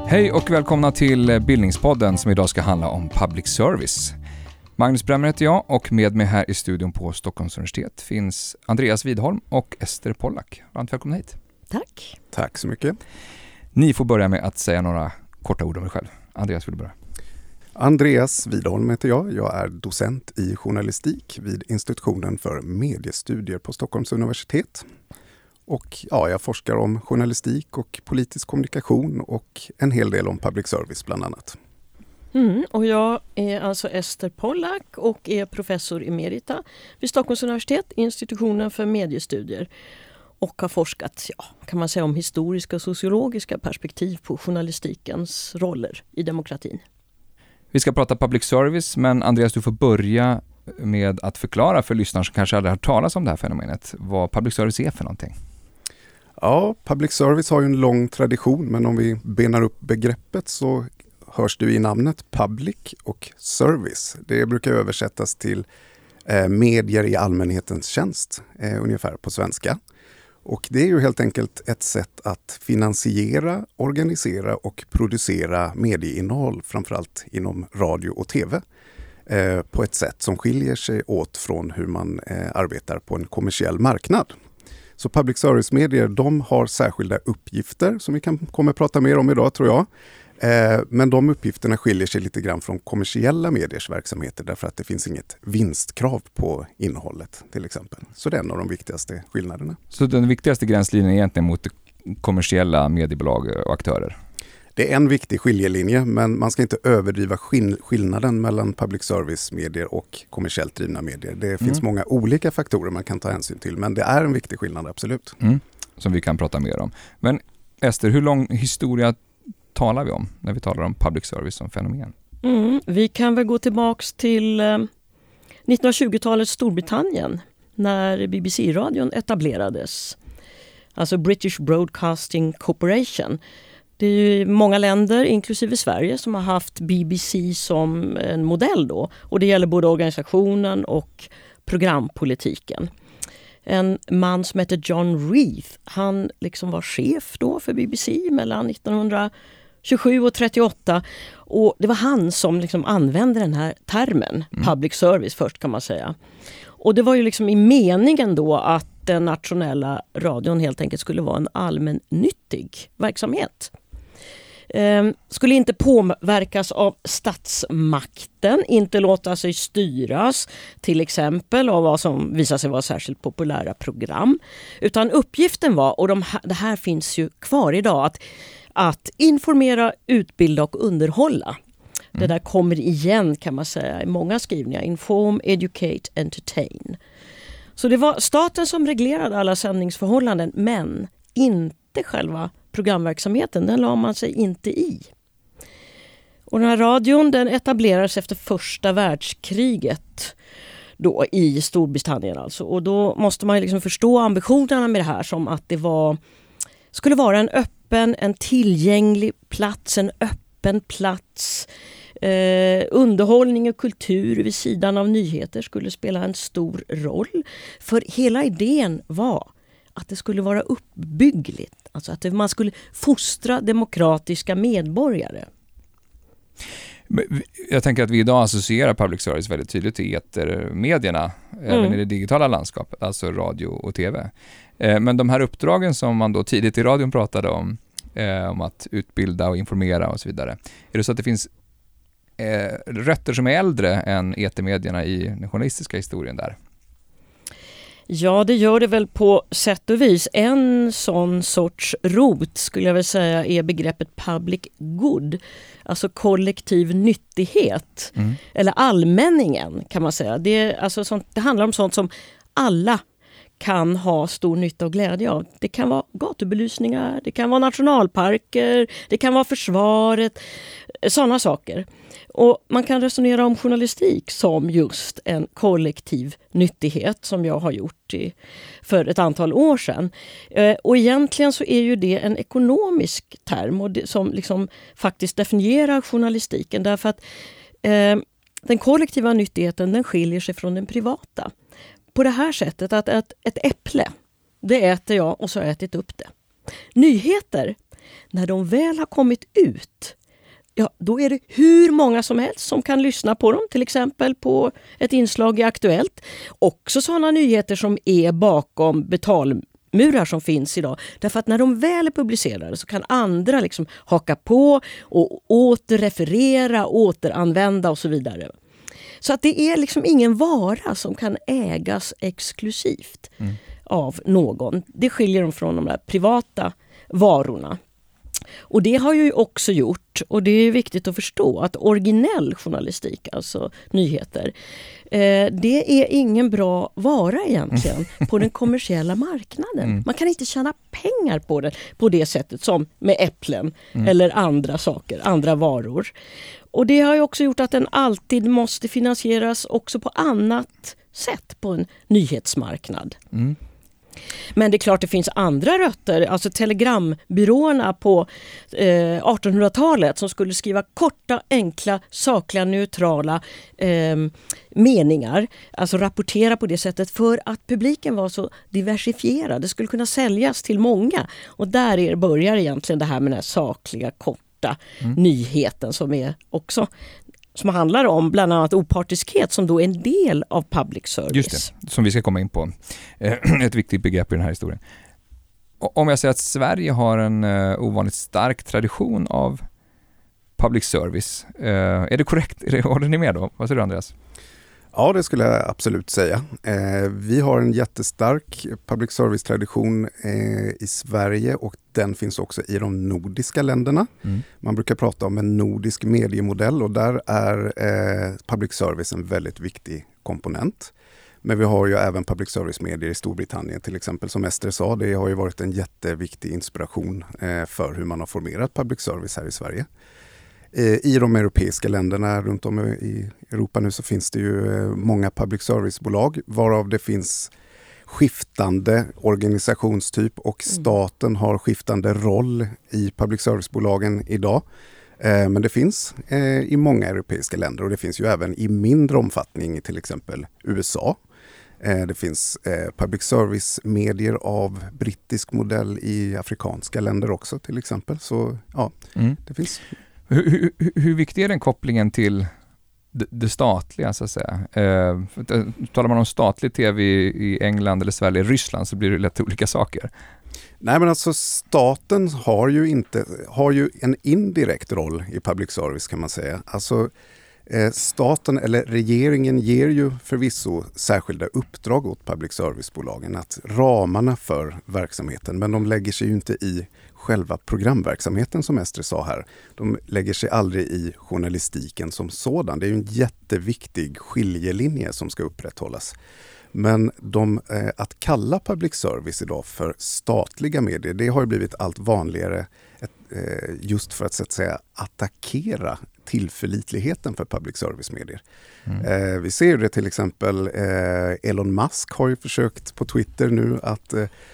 Hej och välkomna till Bildningspodden som idag ska handla om public service. Magnus Bremmer heter jag och med mig här i studion på Stockholms universitet finns Andreas Widholm och Ester Pollack. Varmt välkomna hit. Tack. Tack så mycket. Ni får börja med att säga några korta ord om er själv. Andreas, vill du börja? Andreas Widholm heter jag. Jag är docent i journalistik vid institutionen för mediestudier på Stockholms universitet. Och jag forskar om journalistik och politisk kommunikation och en hel del om public service bland annat. Och jag är alltså Ester Pollack och är professor emerita vid Stockholms universitet, institutionen för mediestudier. Och har forskat, kan man säga, om historiska och sociologiska perspektiv på journalistikens roller i demokratin. Vi ska prata public service, men Andreas, du får börja med att förklara för lyssnare som kanske aldrig har hört talas om det här fenomenet vad public service är för någonting. Ja, public service har ju en lång tradition, men om vi benar upp begreppet så hörs det i namnet public och service. Det brukar översättas till medier i allmänhetens tjänst, ungefär på svenska. Och det är ju helt enkelt ett sätt att finansiera, organisera och producera medieinnehåll, framförallt inom radio och tv, på ett sätt som skiljer sig åt från hur man arbetar på en kommersiell marknad. Så public service-medier, de har särskilda uppgifter som vi kommer att prata mer om idag, tror jag. Men de uppgifterna skiljer sig lite grann från kommersiella mediers verksamheter därför att det finns inget vinstkrav på innehållet till exempel. Så det är en av de viktigaste skillnaderna. Så den viktigaste gränslinjen är egentligen mot kommersiella mediebolag och aktörer? Det är en viktig skiljelinje, men man ska inte överdriva skillnaden mellan public service-medier och kommersiellt drivna medier. Det finns många olika faktorer man kan ta hänsyn till, men det är en viktig skillnad, absolut. Som vi kan prata mer om. Men Ester, hur lång historia talar vi om när vi talar om public service som fenomen? Vi kan väl gå tillbaks till 1920-talets Storbritannien när BBC-radion etablerades. Alltså British Broadcasting Corporation. Det är ju många länder, inklusive Sverige, som har haft BBC som en modell då. Och det gäller både organisationen och programpolitiken. En man som heter John Reith, han liksom var chef då för BBC mellan 1927 och 38. Och det var han som liksom använde den här termen, public service först kan man säga. Och det var ju liksom i meningen då att den nationella radion helt enkelt skulle vara en allmännyttig verksamhet. Skulle inte påverkas av statsmakten, inte låta sig styras till exempel av vad som visar sig vara särskilt populära program. Utan uppgiften var, och det här finns ju kvar idag, att informera, utbilda och underhålla. Det där kommer igen kan man säga i många skrivningar. Inform, educate, entertain. Så det var staten som reglerade alla sändningsförhållanden, men inte själva programverksamheten, den la man sig inte i. Och den här radion, den etablerades efter första världskriget då i Storbritannien alltså. Och då måste man liksom förstå ambitionerna med det här som att det skulle vara en öppen, en tillgänglig plats, en öppen plats. Underhållning och kultur vid sidan av nyheter skulle spela en stor roll. För hela idén var att det skulle vara uppbyggligt. Alltså att man skulle fostra demokratiska medborgare. Jag tänker att vi idag associerar public service väldigt tydligt till etermedierna, även i det digitala landskapet, alltså radio och tv. Men de här uppdragen som man då tidigt i radion pratade om att utbilda och informera och så vidare. Är det så att det finns rötter som är äldre än etermedierna i den journalistiska historien där? Ja, det gör det väl på sätt och vis. En sån sorts rot skulle jag väl säga är begreppet public good. Alltså kollektiv nyttighet. Eller allmänningen kan man säga. Det handlar om sånt som alla kan ha stor nytta och glädje av. Det kan vara gatubelysningar, det kan vara nationalparker, det kan vara försvaret, sådana saker. Och man kan resonera om journalistik som just en kollektiv nyttighet som jag har gjort för ett antal år sedan. Och egentligen så är ju det en ekonomisk term och som liksom faktiskt definierar journalistiken därför att den kollektiva nyttigheten den skiljer sig från den privata. På det här sättet att ett äpple, det äter jag och så har jag ätit upp det. Nyheter, när de väl har kommit ut, ja, då är det hur många som helst som kan lyssna på dem, till exempel på ett inslag i Aktuellt. Också sådana nyheter som är bakom betalmurar som finns idag. Därför att när de väl är publicerade så kan andra liksom haka på och återreferera, återanvända och så vidare. Så att det är liksom ingen vara som kan ägas exklusivt av någon. Det skiljer dem från de där privata varorna. Och det har ju också gjort, och det är viktigt att förstå, att originell journalistik, alltså nyheter, det är ingen bra vara egentligen på den kommersiella marknaden. Man kan inte tjäna pengar på det på det sättet som med äpplen eller andra saker, andra varor. Och det har ju också gjort att den alltid måste finansieras också på annat sätt på en nyhetsmarknad. Men det är klart det finns andra rötter, alltså telegrambyråerna på 1800-talet som skulle skriva korta, enkla, sakliga, neutrala meningar. Alltså rapportera på det sättet för att publiken var så diversifierad. Det skulle kunna säljas till många. Och där börjar egentligen det här med den här sakliga, korta nyheten som är också... som handlar om bland annat opartiskhet som då är en del av public service. Just det, som vi ska komma in på. Ett viktigt begrepp i den här historien. Om jag säger att Sverige har en ovanligt stark tradition av public service, är det korrekt? Håller ni med då? Vad säger du, Andreas? Ja, det skulle jag absolut säga. Vi har en jättestark public service-tradition i Sverige och den finns också i de nordiska länderna. Man brukar prata om en nordisk mediemodell och där är public service en väldigt viktig komponent. Men vi har ju även public service-medier i Storbritannien till exempel, som Ester sa. Det har ju varit en jätteviktig inspiration för hur man har formerat public service här i Sverige. I de europeiska länderna runt om i Europa nu så finns det ju många public service-bolag varav det finns skiftande organisationstyp och staten har skiftande roll i public service-bolagen idag. Men det finns i många europeiska länder och det finns ju även i mindre omfattning i till exempel USA. Det finns public service-medier av brittisk modell i afrikanska länder också till exempel. Så ja, det finns... Hur viktig är den kopplingen till det statliga så att säga? Talar man om statlig tv i England eller Sverige eller Ryssland så blir det lätt olika saker. Nej, men alltså staten har ju en indirekt roll i public service kan man säga. Alltså staten eller regeringen ger ju förvisso särskilda uppdrag åt public service-bolagen att ramarna för verksamheten, men de lägger sig ju inte i själva programverksamheten som Ester sa här. De lägger sig aldrig i journalistiken som sådan. Det är ju en jätteviktig skiljelinje som ska upprätthållas. Men att kalla public service idag för statliga medier, det har ju blivit allt vanligare just för att så att säga attackera tillförlitligheten för public service-medier. Vi ser det till exempel, Elon Musk har ju försökt på Twitter nu att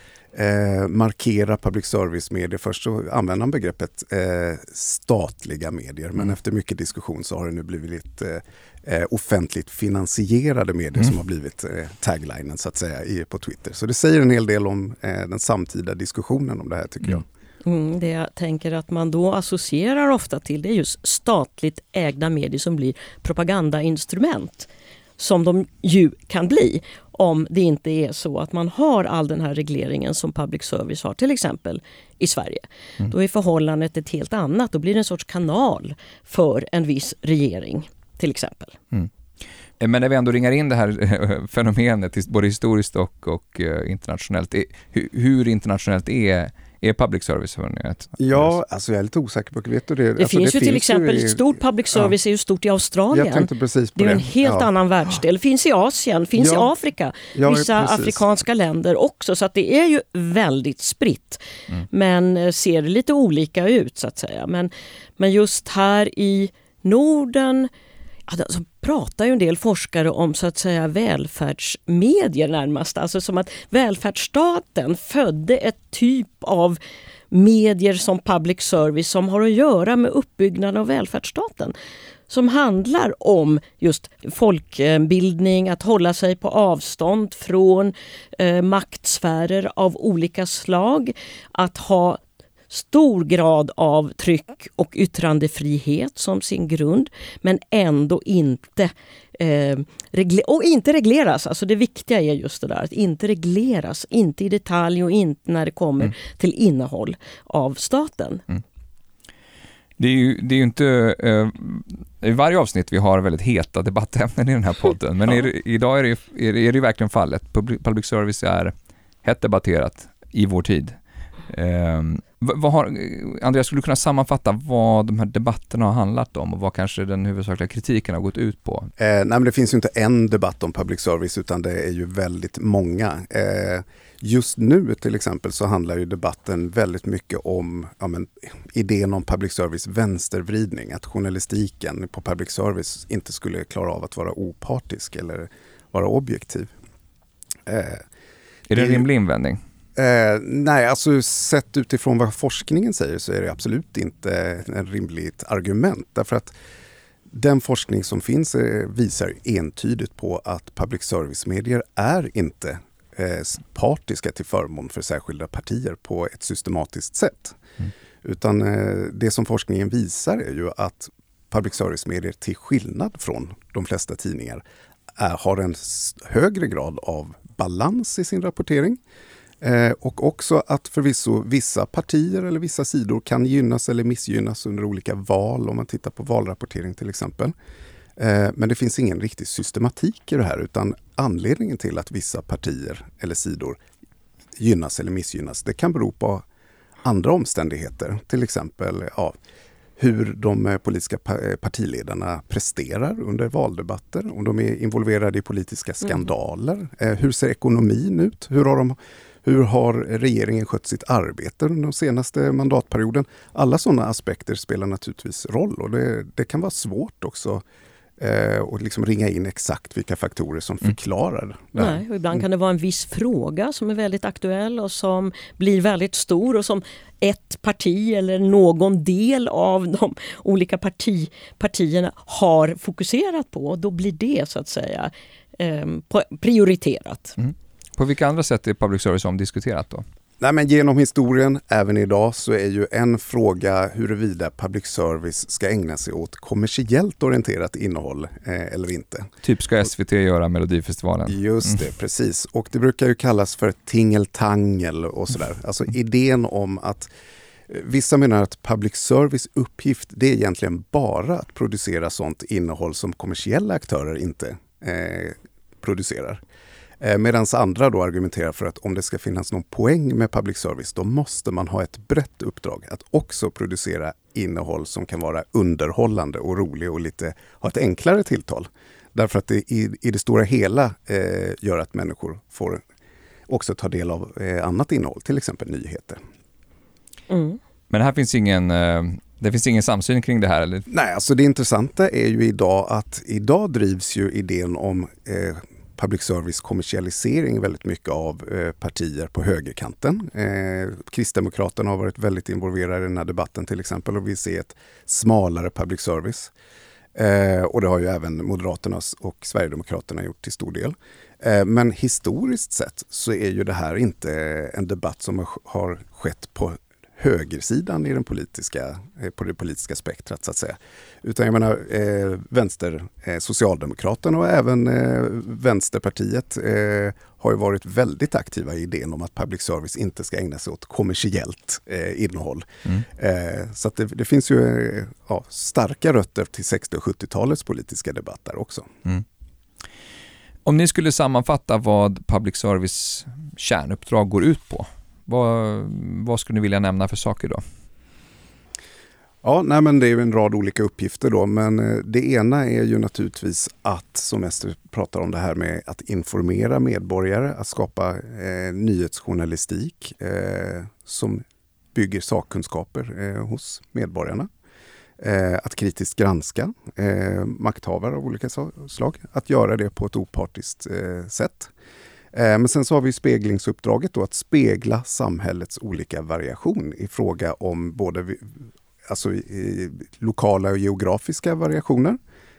markera public service-medier. Först så använder han begreppet statliga medier, men efter mycket diskussion så har det nu blivit offentligt finansierade medier som har blivit taglinen så att säga på Twitter. Så det säger en hel del om den samtida diskussionen om det här tycker jag. Det jag tänker att man då associerar ofta till det är just statligt ägda medier som blir propagandainstrument som de ju kan bli om det inte är så att man har all den här regleringen som public service har till exempel i Sverige. Då är förhållandet ett helt annat. Då blir det en sorts kanal för en viss regering till exempel. Men när vi ändå ringar in det här fenomenet både historiskt och internationellt, hur internationellt är public service? Ja, alltså jag är lite osäker på det. Det alltså, finns ju till exempel ett stort public service är ju stort i Australien. Jag tänkte precis på det är en helt annan världsdel. Det finns i Asien, finns i Afrika. Vissa afrikanska länder också. Så att det är ju väldigt spritt. Men ser lite olika ut så att säga. Men just här i Norden alltså, pratar ju en del forskare om så att säga välfärdsmedier närmast. Alltså som att välfärdsstaten födde ett typ av medier som public service som har att göra med uppbyggnaden av välfärdsstaten. Som handlar om just folkbildning, att hålla sig på avstånd från maktsfärer av olika slag. Att ha stor grad av tryck och yttrandefrihet som sin grund, men ändå inte inte regleras. Alltså det viktiga är just det där, att inte regleras, inte i detalj och inte när det kommer till innehåll av staten. Det är ju inte i varje avsnitt vi har väldigt heta debattämnen i den här podden, men idag är det verkligen fallet. Public service är hett debatterat i vår tid. Andreas, skulle du kunna sammanfatta vad de här debatterna har handlat om och vad kanske den huvudsakliga kritiken har gått ut på? Nej, men det finns ju inte en debatt om public service, utan det är ju väldigt många. Just nu till exempel så handlar ju debatten väldigt mycket om idén om public service vänstervridning, att journalistiken på public service inte skulle klara av att vara opartisk eller vara objektiv. Är det en rimlig invändning? Nej, alltså sett utifrån vad forskningen säger så är det absolut inte en rimligt argument. Därför att den forskning som finns visar entydigt på att public service-medier är inte partiska till förmån för särskilda partier på ett systematiskt sätt. Utan det som forskningen visar är ju att public service-medier till skillnad från de flesta tidningar har en högre grad av balans i sin rapportering. Och också att förvisso vissa partier eller vissa sidor kan gynnas eller missgynnas under olika val, om man tittar på valrapportering till exempel. Men det finns ingen riktig systematik i det här, utan anledningen till att vissa partier eller sidor gynnas eller missgynnas, det kan bero på andra omständigheter. Till exempel hur de politiska partiledarna presterar under valdebatter, om de är involverade i politiska skandaler. Hur ser ekonomin ut? Hur har regeringen skött sitt arbete under den senaste mandatperioden? Alla sådana aspekter spelar naturligtvis roll, och det kan vara svårt också och liksom ringa in exakt vilka faktorer som förklarar det här. Nej, och ibland kan det vara en viss fråga som är väldigt aktuell och som blir väldigt stor och som ett parti eller någon del av de olika partierna har fokuserat på, och då blir det så att säga prioriterat. På vilka andra sätt är public service omdiskuterat då? Nej, men genom historien, även idag, så är ju en fråga huruvida public service ska ägna sig åt kommersiellt orienterat innehåll eller inte. Typ ska SVT göra Melodifestivalen? Just det, precis. Och det brukar ju kallas för tingeltangel och sådär. Alltså idén om att vissa menar att public service uppgift, det är egentligen bara att producera sånt innehåll som kommersiella aktörer inte producerar. Medan andra då argumenterar för att om det ska finnas någon poäng med public service, då måste man ha ett brett uppdrag att också producera innehåll som kan vara underhållande och rolig och ha ett enklare tilltal. Därför att det i det stora hela gör att människor får också ta del av annat innehåll, till exempel nyheter. Men här finns det finns ingen samsyn kring det här? Eller? Nej, alltså det intressanta är ju idag drivs ju idén om public service kommersialisering väldigt mycket av partier på högerkanten. Kristdemokraterna har varit väldigt involverade i den här debatten till exempel, och vi ser ett smalare public service. Och det har ju även Moderaterna och Sverigedemokraterna gjort till stor del. Men historiskt sett så är ju det här inte en debatt som har skett på högersidan i på det politiska spektrat så att säga. Utan jag menar Socialdemokraterna och även Vänsterpartiet har ju varit väldigt aktiva i idén om att public service inte ska ägna sig åt kommersiellt innehåll. Så att det finns ju starka rötter till 60- och 70-talets politiska debatt där också. Om ni skulle sammanfatta vad public service kärnuppdrag går ut på, vad skulle ni vilja nämna för saker då? Ja, men det är ju en rad olika uppgifter då, men det ena är ju naturligtvis att, som Ester pratar om, det här med att informera medborgare, att skapa nyhetsjournalistik som bygger sakkunskaper hos medborgarna. Att kritiskt granska makthavare av olika slag, att göra det på ett opartiskt sätt. Men sen så har vi speglingsuppdraget då, att spegla samhällets olika variation i fråga om både lokala och geografiska variationer,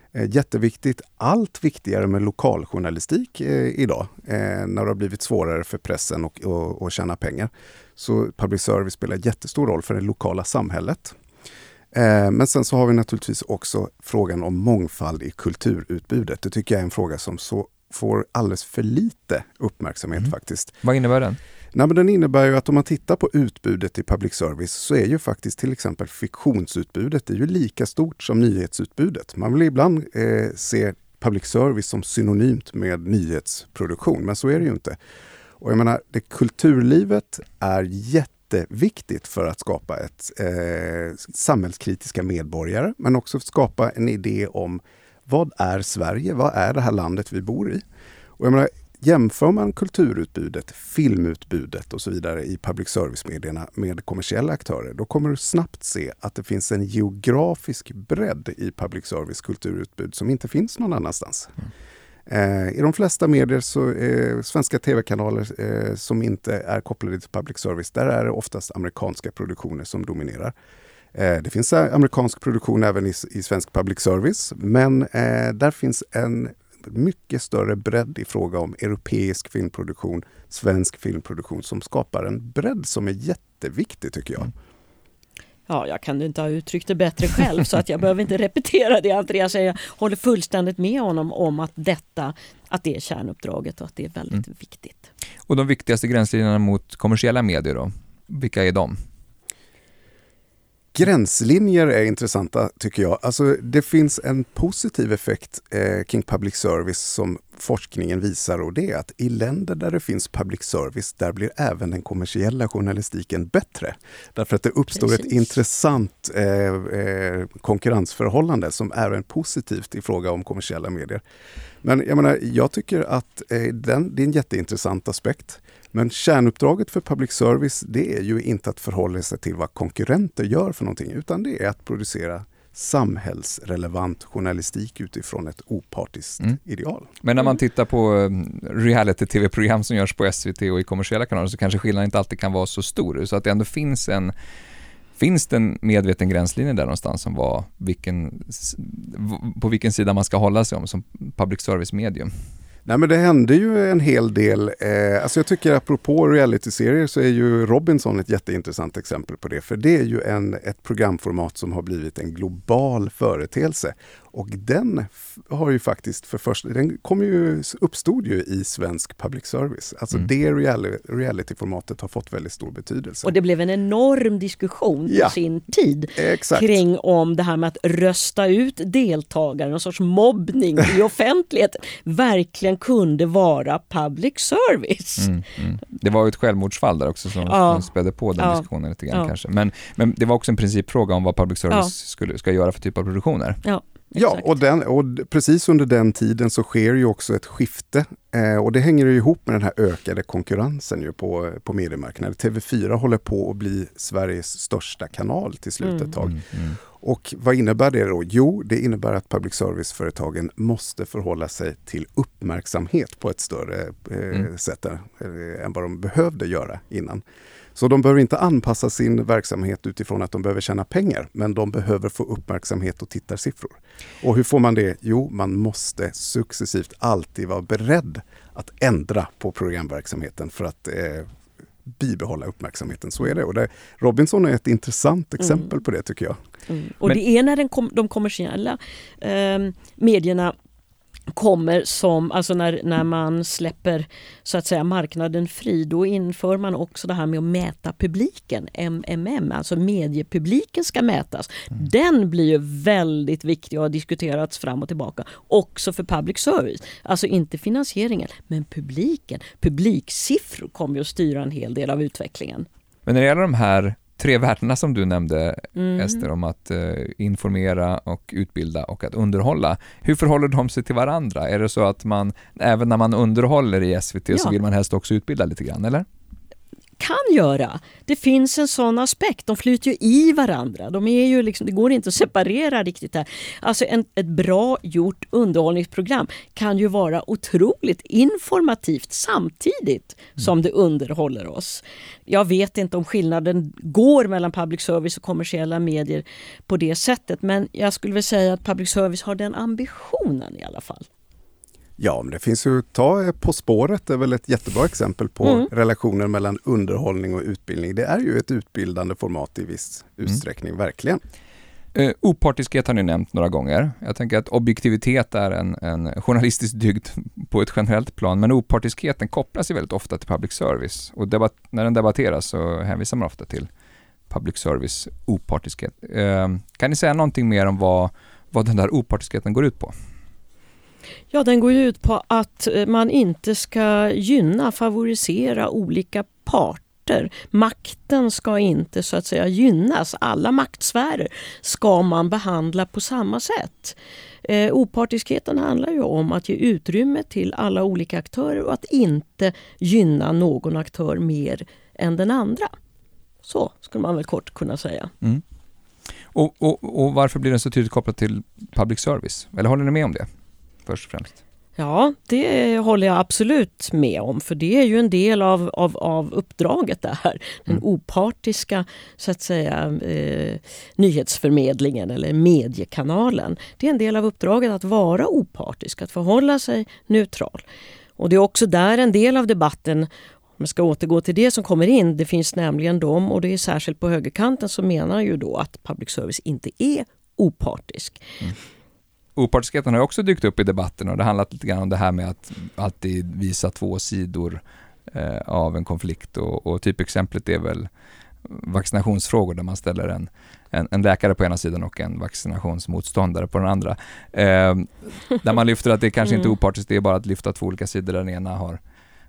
Jätteviktigt, allt viktigare med lokaljournalistik idag när det har blivit svårare för pressen att tjäna pengar. Så public service spelar jättestor roll för det lokala samhället. Men sen så har vi naturligtvis också frågan om mångfald i kulturutbudet. Det tycker jag är en fråga som får alldeles för lite uppmärksamhet faktiskt. Vad innebär den? Nej, men den innebär ju att om man tittar på utbudet i public service så är ju faktiskt till exempel fiktionsutbudet det är ju lika stort som nyhetsutbudet. Man vill ibland se public service som synonymt med nyhetsproduktion, men så är det ju inte. Och jag menar, kulturlivet är jätteviktigt för att skapa ett samhällskritiska medborgare, men också skapa en idé om vad är Sverige, vad är det här landet vi bor i? Och jag menar, jämför man kulturutbudet, filmutbudet och så vidare i public service-medierna med kommersiella aktörer, då kommer du snabbt se att det finns en geografisk bredd i public service kulturutbud som inte finns någon annanstans. I de flesta medier, så svenska tv-kanaler som inte är kopplade till public service, där är det oftast amerikanska produktioner som dominerar. Det finns amerikansk produktion även i svensk public service, men där finns en mycket större bredd i fråga om europeisk filmproduktion, svensk filmproduktion som skapar en bredd som är jätteviktig tycker jag. Ja, jag kan inte ha uttryckt det bättre själv så att jag behöver inte repetera det Andreas säger. Jag håller fullständigt med honom om att det är kärnuppdraget och att det är väldigt viktigt. Och de viktigaste gränslinjerna mot kommersiella medier då? Vilka är de? Gränslinjer är intressanta tycker jag. Alltså, det finns en positiv effekt kring public service som forskningen visar, och det är att i länder där det finns public service, där blir även den kommersiella journalistiken bättre. Därför att det uppstår ett intressant konkurrensförhållande som är positivt i fråga om kommersiella medier. Men jag tycker att det är en jätteintressant aspekt. Men kärnuppdraget för public service, det är ju inte att förhålla sig till vad konkurrenter gör för någonting, utan det är att producera samhällsrelevant journalistik utifrån ett opartiskt ideal. Men när man tittar på reality-tv-program som görs på SVT och i kommersiella kanaler så kanske skillnaden inte alltid kan vara så stor. Så att det ändå finns en medveten gränslinje där någonstans som var på vilken sida man ska hålla sig om som public service-medium. Nej, men det hände ju en hel del. Alltså jag tycker apropå reality-serier så är ju Robinson ett jätteintressant exempel på det. För det är ju ett programformat som har blivit en global företeelse. Och den har ju faktiskt uppstod ju i svensk public service. Alltså det reality-formatet har fått väldigt stor betydelse. Och det blev en enorm diskussion på sin tid kring om det här med att rösta ut deltagare, någon sorts mobbning i offentlighet verkligen kunde vara public service. Det var ju ett självmordsfall där också som spädde på den diskussionen lite grann kanske. Men det var också en principfråga om vad public service ska göra för typ av produktioner. Ja, och precis under den tiden så sker ju också ett skifte och det hänger ju ihop med den här ökade konkurrensen ju på mediemarknaden. TV4 håller på att bli Sveriges största kanal till slut ett tag. Och vad innebär det då? Jo, det innebär att public service-företagen måste förhålla sig till uppmärksamhet på ett större sätt än vad de behövde göra innan. Så de behöver inte anpassa sin verksamhet utifrån att de behöver tjäna pengar, men de behöver få uppmärksamhet och tittarsiffror. Och hur får man det? Jo, man måste successivt alltid vara beredd att ändra på programverksamheten för att bibehålla uppmärksamheten. Så är det. Och Robinson är ett intressant exempel på det tycker jag. Och det är när de kommersiella medierna kommer som, alltså när man släpper så att säga marknaden fri, då inför man också det här med att mäta publiken, MMM, alltså mediepubliken ska mätas. Den blir ju väldigt viktig och har diskuterats fram och tillbaka också för public service. Alltså inte finansieringen, men publiksiffror kommer ju att styra en hel del av utvecklingen. Men när det gäller de här 3 värdena som du nämnde, Ester, om att informera och utbilda och att underhålla. Hur förhåller de sig till varandra? Är det så att man, även när man underhåller i SVT så vill man helst också utbilda lite grann, eller? kan göra. Det finns en sån aspekt. De flyter ju i varandra. De är ju liksom, det går inte att separera riktigt här. Alltså ett bra gjort underhållningsprogram kan ju vara otroligt informativt samtidigt som det underhåller oss. Jag vet inte om skillnaden går mellan public service och kommersiella medier på det sättet, men jag skulle väl säga att public service har den ambitionen i alla fall. Ja, men det finns ju, ta På spåret, det är väl ett jättebra exempel på relationer mellan underhållning och utbildning. Det är ju ett utbildande format i viss utsträckning, verkligen. Opartiskhet har ni nämnt några gånger. Jag tänker att objektivitet är en journalistisk dygd på ett generellt plan, men opartiskheten kopplas ju väldigt ofta till public service. Och när den debatteras så hänvisar man ofta till public service opartiskhet. Kan ni säga någonting mer om vad den där opartiskheten går ut på? Ja, den går ju ut på att man inte ska favorisera olika parter. Makten ska inte så att säga gynnas. Alla maktsfärer ska man behandla på samma sätt. Opartiskheten handlar ju om att ge utrymme till alla olika aktörer och att inte gynna någon aktör mer än den andra. Så skulle man väl kort kunna säga. Mm. Och varför blir den så tydligt kopplad till public service? Eller håller ni med om det? Först och främst. Ja, det håller jag absolut med om, för det är ju en del av uppdraget där. Den opartiska så att säga nyhetsförmedlingen eller mediekanalen. Det är en del av uppdraget att vara opartisk, att förhålla sig neutral. Och det är också där en del av debatten, om jag ska återgå till det som kommer in, det finns nämligen och det är särskilt på högerkanten som menar ju då att public service inte är opartisk. Opartiskheten har också dykt upp i debatten och det handlar lite grann om det här med att alltid visa två sidor av en konflikt och typexemplet är väl vaccinationsfrågor där man ställer en läkare på ena sidan och en vaccinationsmotståndare på den andra. Där man lyfter att det kanske inte är opartiskt, det är bara att lyfta två olika sidor där den ena har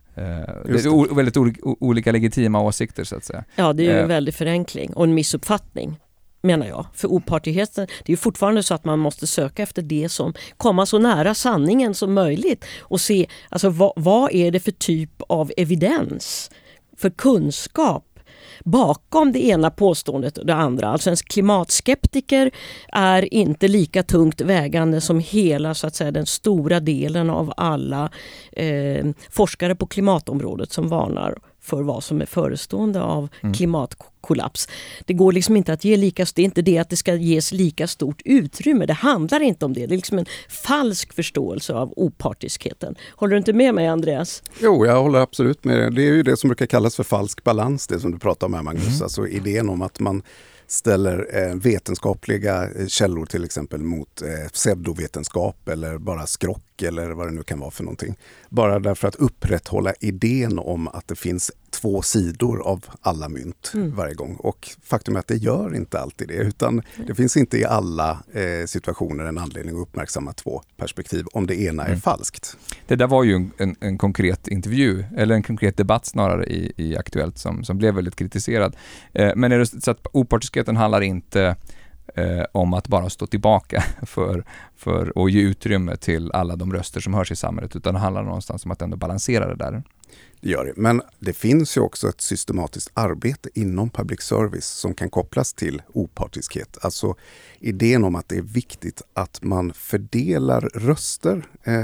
väldigt olika legitima åsikter så att säga. Ja, det är ju en väldig förenkling och en missuppfattning, menar jag. För opartigheten, det är ju fortfarande så att man måste söka efter det som kommer så nära sanningen som möjligt och se alltså, vad är det för typ av evidens, för kunskap bakom det ena påståendet och det andra. Alltså en klimatskeptiker är inte lika tungt vägande som hela så att säga den stora delen av alla forskare på klimatområdet som varnar för vad som är förestående av klimatkollaps. Det går liksom inte att ge det är inte det att det ska ges lika stort utrymme. Det handlar inte om det. Det är liksom en falsk förståelse av opartiskheten. Håller du inte med mig, Andreas? Jo, jag håller absolut med det. Det är ju det som brukar kallas för falsk balans, det som du pratar om här, Magnus. Alltså idén om att man ställer vetenskapliga källor till exempel mot pseudovetenskap eller bara skrock eller vad det nu kan vara för någonting. Bara därför att upprätthålla idén om att det finns två sidor av alla mynt varje gång. Och faktum är att det gör inte alltid det, utan det finns inte i alla situationer en anledning att uppmärksamma två perspektiv om det ena är falskt. Det där var ju en konkret intervju, eller en konkret debatt snarare i Aktuellt som blev väldigt kritiserad. Men är det så att opartiskheten handlar inte om att bara stå tillbaka för att ge utrymme till alla de röster som hörs i samhället, utan det handlar någonstans om att ändå balansera det där. Det gör det, men det finns ju också ett systematiskt arbete inom public service som kan kopplas till opartiskhet. Alltså idén om att det är viktigt att man fördelar röster,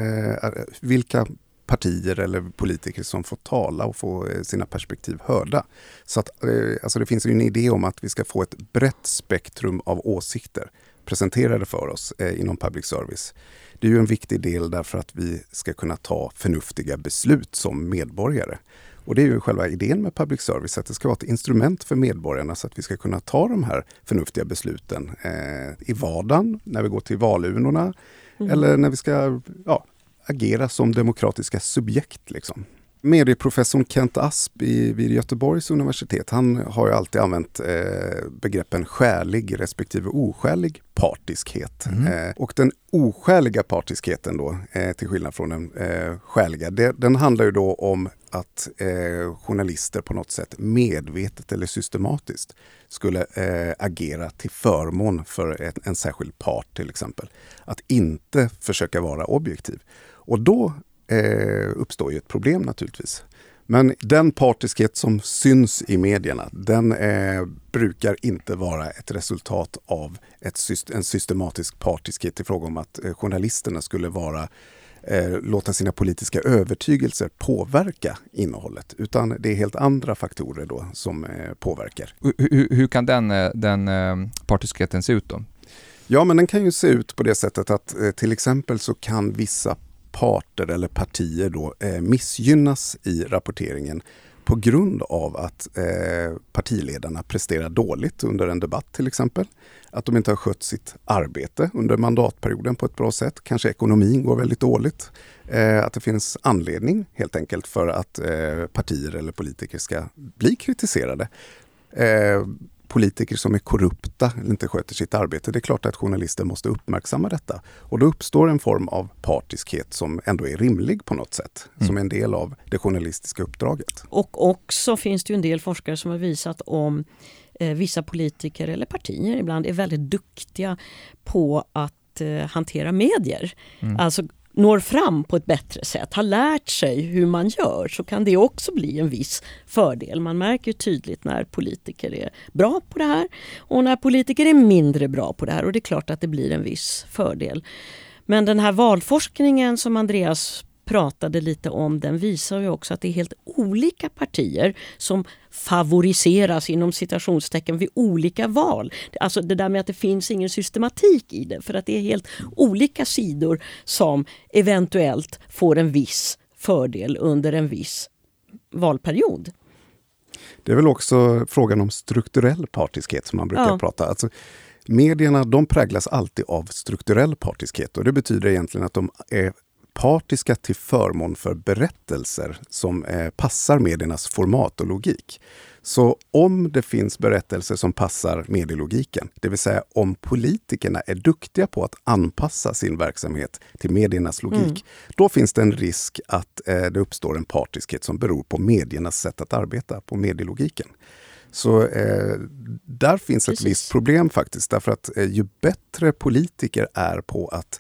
vilka partier eller politiker som får tala och få sina perspektiv hörda. Så att, alltså det finns ju en idé om att vi ska få ett brett spektrum av åsikter presenterade för oss inom public service. Det är ju en viktig del därför att vi ska kunna ta förnuftiga beslut som medborgare. Och det är ju själva idén med public service, att det ska vara ett instrument för medborgarna så att vi ska kunna ta de här förnuftiga besluten i vardagen, när vi går till valurnorna eller när vi ska agera som demokratiska subjekt liksom. Medieprofessorn Kent Asp vid Göteborgs universitet, han har ju alltid använt begreppen skälig respektive oskälig partiskhet. Och den oskäliga partiskheten då, till skillnad från den skäliga, den handlar ju då om att journalister på något sätt medvetet eller systematiskt skulle agera till förmån för en särskild part till exempel. Att inte försöka vara objektiv. Och då uppstår ju ett problem naturligtvis. Men den partiskhet som syns i medierna, den brukar inte vara ett resultat av en systematisk partiskhet i fråga om att journalisterna skulle låta sina politiska övertygelser påverka innehållet. Utan det är helt andra faktorer då som påverkar. Hur kan den partiskheten se ut då? Ja, men den kan ju se ut på det sättet att till exempel så kan vissa parter eller partier då missgynnas i rapporteringen på grund av att partiledarna presterar dåligt under en debatt till exempel. Att de inte har skött sitt arbete under mandatperioden på ett bra sätt. Kanske ekonomin går väldigt dåligt. Att det finns anledning helt enkelt för att partier eller politiker ska bli kritiserade. Politiker som är korrupta eller inte sköter sitt arbete. Det är klart att journalister måste uppmärksamma detta. Och då uppstår en form av partiskhet som ändå är rimlig på något sätt. Som en del av det journalistiska uppdraget. Och också finns det ju en del forskare som har visat om vissa politiker eller partier ibland är väldigt duktiga på att hantera medier. Alltså når fram på ett bättre sätt, har lärt sig hur man gör, så kan det också bli en viss fördel. Man märker ju tydligt när politiker är bra på det här och när politiker är mindre bra på det här, och det är klart att det blir en viss fördel. Men den här valforskningen som Andreas pratade lite om, den visar ju också att det är helt olika partier som favoriseras inom citationstecken vid olika val. Alltså det där med att det finns ingen systematik i det, för att det är helt olika sidor som eventuellt får en viss fördel under en viss valperiod. Det är väl också frågan om strukturell partiskhet som man brukar prata. Alltså, medierna, de präglas alltid av strukturell partiskhet, och det betyder egentligen att de är partiska till förmån för berättelser som passar mediernas format och logik. Så om det finns berättelser som passar medielogiken, det vill säga om politikerna är duktiga på att anpassa sin verksamhet till mediernas logik, då finns det en risk att det uppstår en partiskhet som beror på mediernas sätt att arbeta, på medielogiken. Så där finns ett visst problem faktiskt, därför att ju bättre politiker är på att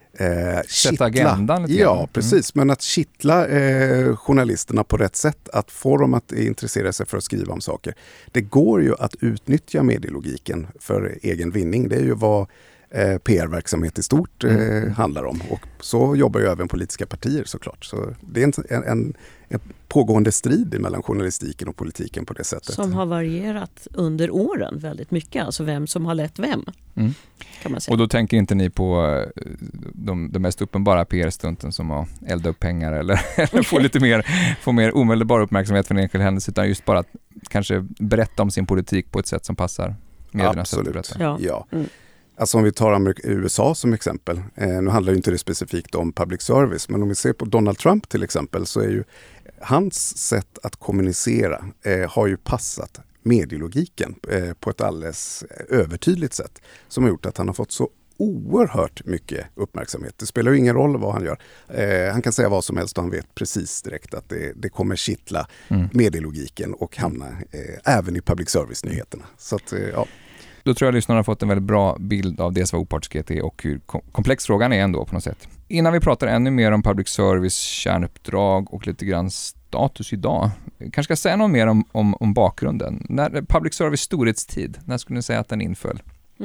sätta agendan lite grann. Ja, precis. Men att kittla journalisterna på rätt sätt, att få dem att intressera sig för att skriva om saker. Det går ju att utnyttja medielogiken för egen vinning. Det är ju vad PR-verksamhet i stort handlar om. Och så jobbar ju även politiska partier såklart. Så det är en pågående strid mellan journalistiken och politiken på det sättet. Som har varierat under åren väldigt mycket. Alltså vem som har lett vem. Kan man säga. Och då tänker inte ni på de mest uppenbara PR-stunten som att elda upp pengar eller få mer omedelbar uppmärksamhet för en enskild händelse, utan just bara att kanske berätta om sin politik på ett sätt som passar mediernas sätt att berätta. Ja. Alltså om vi tar USA som exempel, nu handlar ju inte det specifikt om public service, men om vi ser på Donald Trump till exempel, så är ju hans sätt att kommunicera har ju passat medielogiken på ett alldeles övertydligt sätt, som har gjort att han har fått så oerhört mycket uppmärksamhet. Det spelar ju ingen roll vad han gör. Han kan säga vad som helst och han vet precis direkt att det kommer kittla medielogiken och hamna även i public service-nyheterna. Så att, ja. Då tror jag att lyssnarna har fått en väldigt bra bild av det vad opartiskhet är och hur komplex frågan är ändå på något sätt. Innan vi pratar ännu mer om public service, kärnuppdrag och lite grann status idag, kanske ska säga något mer om bakgrunden. När public service storhetstid, när skulle ni säga att den inföll?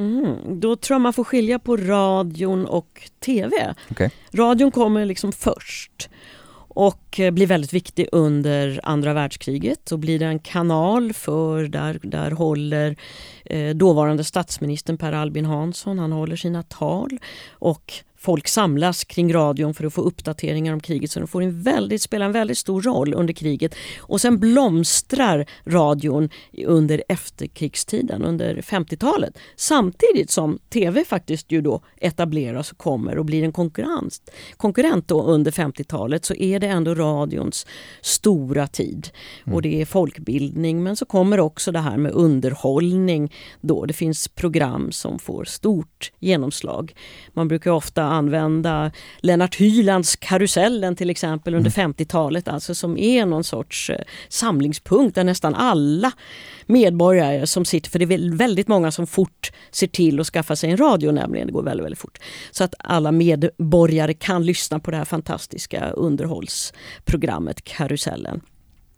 Då tror jag man får skilja på radion och tv. Okay. Radion kommer liksom först och blir väldigt viktig under andra världskriget, och blir det en kanal för där håller dåvarande statsministern Per Albin Hansson, han håller sina tal och folk samlas kring radion för att få uppdateringar om kriget, så de spelar en väldigt stor roll under kriget. Och sen blomstrar radion under efterkrigstiden, under 50-talet. Samtidigt som tv faktiskt ju då etableras och kommer och blir en konkurrent då under 50-talet, så är det ändå radions stora tid. Och det är folkbildning, men så kommer också det här med underhållning då. Det finns program som får stort genomslag. Man brukar ofta använda Lennart Hylands Karusellen till exempel under 50-talet, alltså som är någon sorts samlingspunkt där nästan alla medborgare som sitter, för det är väldigt många som fort ser till att skaffa sig en radio, nämligen det går väldigt, väldigt fort. Så att alla medborgare kan lyssna på det här fantastiska underhållsprogrammet Karusellen.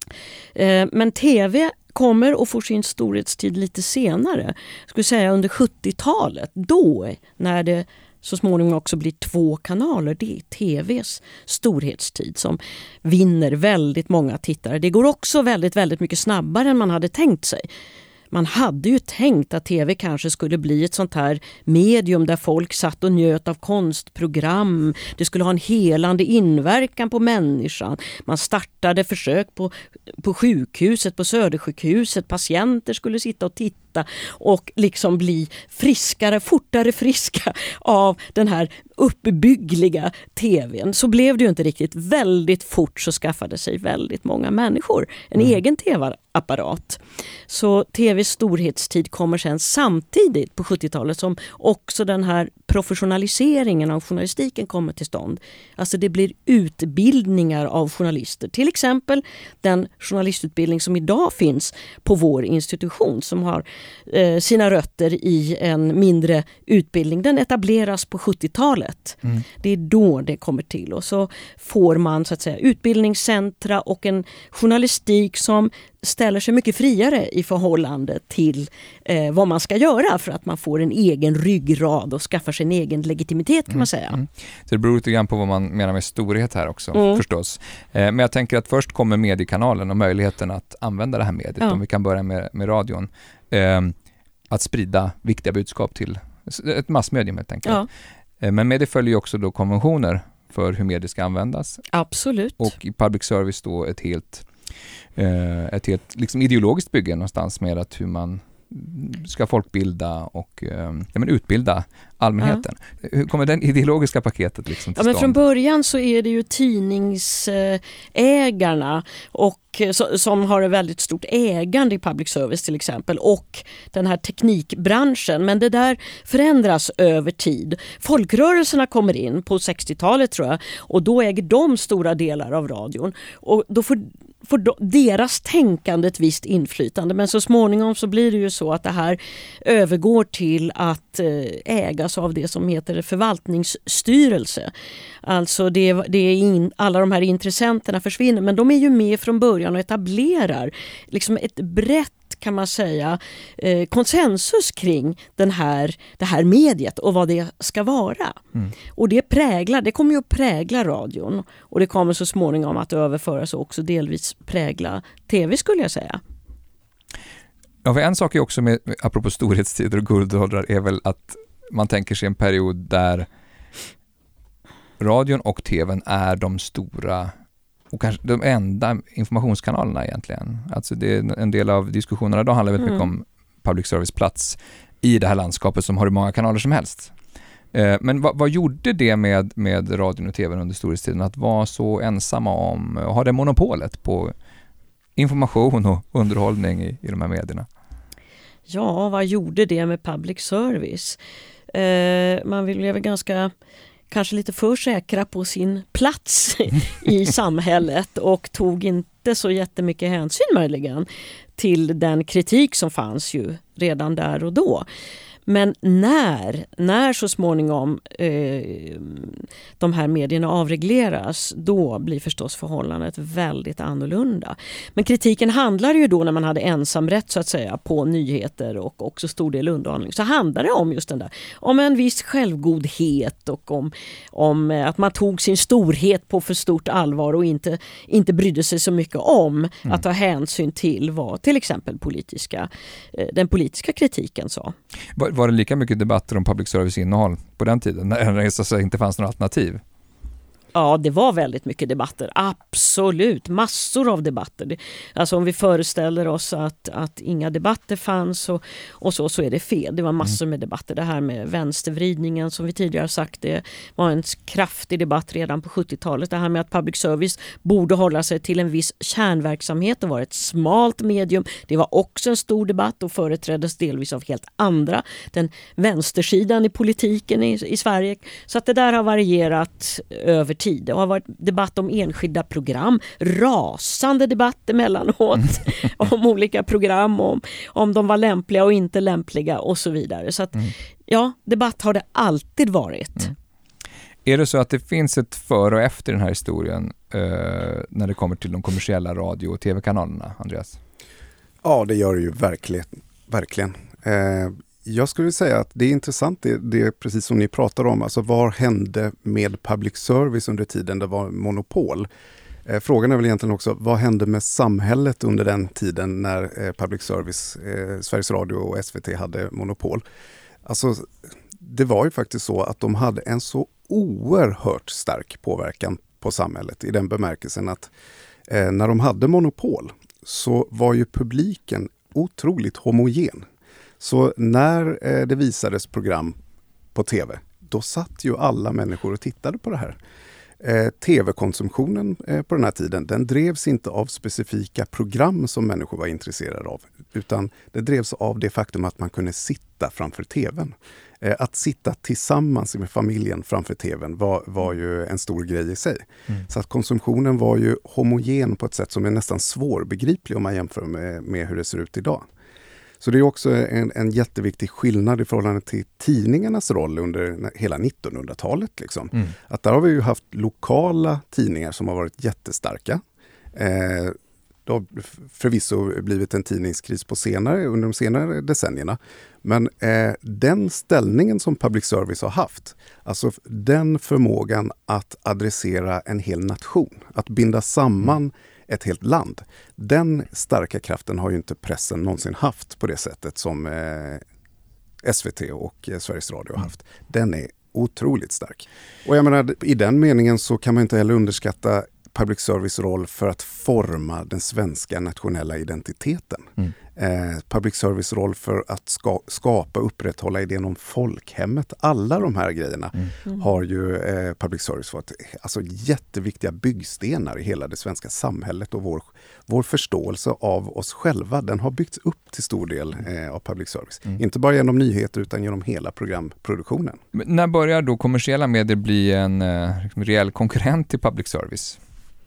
Men tv kommer och får sin storhetstid lite senare. Jag skulle säga under 70-talet. Då, när det så småningom också blir 2 kanaler. Det är tvs storhetstid som vinner väldigt många tittare. Det går också väldigt, väldigt mycket snabbare än man hade tänkt sig. Man hade ju tänkt att tv kanske skulle bli ett sånt här medium där folk satt och njöt av konstprogram. Det skulle ha en helande inverkan på människan. Man startade försök på sjukhuset, på Södersjukhuset. Patienter skulle sitta och titta och liksom bli fortare friska av den här uppbyggliga tvn. Så blev det ju inte riktigt. Väldigt fort så skaffade sig väldigt många människor en egen tv-apparat. Så tvs storhetstid kommer sen samtidigt på 70-talet som också den här professionaliseringen av journalistiken kommer till stånd. Alltså det blir utbildningar av journalister. Till exempel den journalistutbildning som idag finns på vår institution som har sina rötter i en mindre utbildning. Den etableras på 70-talet. Det är då det kommer till och så får man så att säga utbildningscentra och en journalistik som ställer sig mycket friare i förhållande till vad man ska göra för att man får en egen ryggrad och skaffar sig en egen legitimitet kan man säga. Så det beror lite grann på vad man menar med storhet här också förstås. Men jag tänker att först kommer mediekanalen och möjligheten att använda det här mediet. Om vi kan börja med radion. Att sprida viktiga budskap till ett massmedium helt enkelt. Men med det följer ju också då konventioner för hur medier ska användas. Absolut. Och i public service då ett helt liksom ideologiskt bygge någonstans med att hur man ska folkbilda och utbilda allmänheten. Hur kommer det ideologiska paketet liksom till stånd? Men från början så är det ju tidningsägarna och som har ett väldigt stort ägande i public service till exempel och den här teknikbranschen. Men det där förändras över tid. Folkrörelserna kommer in på 60-talet tror jag och då äger de stora delar av radion och då får deras tänkande ett visst inflytande. Men så småningom så blir det ju så att det här övergår till att ägas av det som heter förvaltningsstyrelse. Alltså alla de här intressenterna försvinner men de är ju med från början och etablerar liksom ett brett kan man säga konsensus kring det här mediet och vad det ska vara. Och det kommer ju att prägla radion och det kommer så småningom att överföras och också delvis prägla tv skulle jag säga. Ja, för en sak är också med, apropå storhetstider och guldåldrar är väl att man tänker sig en period där radion och tvn är de stora och kanske de enda informationskanalerna egentligen. Alltså det är en del av diskussionerna då handlar väldigt mycket om public service plats i det här landskapet som har hur många kanaler som helst. Men vad gjorde det med radion och tvn under storhetstiden att vara så ensamma om ha det monopolet på information och underhållning i de här medierna? Ja, vad gjorde det med public service? Man vill väl ganska kanske lite för säkra på sin plats i samhället och tog inte så jättemycket hänsyn möjligen till den kritik som fanns ju redan där och då. Men när så småningom de här medierna avregleras, då blir förstås förhållandet väldigt annorlunda. Men kritiken handlar ju då när man hade ensamrätt så att säga på nyheter och också stor del underhållning. Så handlar det om just den där, om en viss självgodhet och om att man tog sin storhet på för stort allvar och inte brydde sig så mycket om att ta hänsyn till vad till exempel den politiska kritiken sa. Var det lika mycket debatter om public service innehåll på den tiden när det inte fanns några alternativ? Ja, det var väldigt mycket debatter. Absolut, massor av debatter. Alltså om vi föreställer oss att inga debatter fanns och så är det fel. Det var massor med debatter. Det här med vänstervridningen som vi tidigare sagt, det var en kraftig debatt redan på 70-talet. Det här med att public service borde hålla sig till en viss kärnverksamhet och vara ett smalt medium. Det var också en stor debatt och företräddes delvis av helt andra. Den vänstersidan i politiken i Sverige. Så att det där har varierat över tid. Det har varit debatt om enskilda program, rasande debatt emellanåt om olika program, om de var lämpliga och inte lämpliga och så vidare. Så att, ja, debatt har det alltid varit. Är det så att det finns ett före och efter den här historien när det kommer till de kommersiella radio- och tv-kanalerna, Andreas? Ja, det gör det ju verkligen. Jag skulle säga att det är intressant, det är precis som ni pratar om. Alltså vad hände med public service under tiden det var monopol? Frågan är väl egentligen också, vad hände med samhället under den tiden när public service, Sveriges Radio och SVT hade monopol? Alltså, det var ju faktiskt så att de hade en så oerhört stark påverkan på samhället i den bemärkelsen att när de hade monopol så var ju publiken otroligt homogen. Så när det visades program på tv, då satt ju alla människor och tittade på det här. Tv-konsumtionen på den här tiden, den drevs inte av specifika program som människor var intresserade av, utan det drevs av det faktum att man kunde sitta framför tvn. Att sitta tillsammans med familjen framför tvn var ju en stor grej i sig. Så att konsumtionen var ju homogen på ett sätt som är nästan svårbegriplig om man jämför med hur det ser ut idag. Så det är också en jätteviktig skillnad i förhållande till tidningarnas roll under hela 1900-talet. Liksom. Att där har vi ju haft lokala tidningar som har varit jättestarka. Det har förvisso blivit en tidningskris under de senare decennierna. Men den ställningen som public service har haft, alltså den förmågan att adressera en hel nation, att binda samman ett helt land. Den starka kraften har ju inte pressen någonsin haft på det sättet som SVT och Sveriges Radio har haft. Den är otroligt stark. Och jag menar, i den meningen så kan man inte heller underskatta public service roll för att forma den svenska nationella identiteten. Public service roll för att skapa och upprätthålla idén om folkhemmet. Alla de här grejerna har ju public service varit alltså jätteviktiga byggstenar i hela det svenska samhället, och vår förståelse av oss själva, den har byggts upp till stor del av public service. Inte bara genom nyheter utan genom hela programproduktionen. Men när börjar då kommersiella medier bli en reell konkurrent till public service?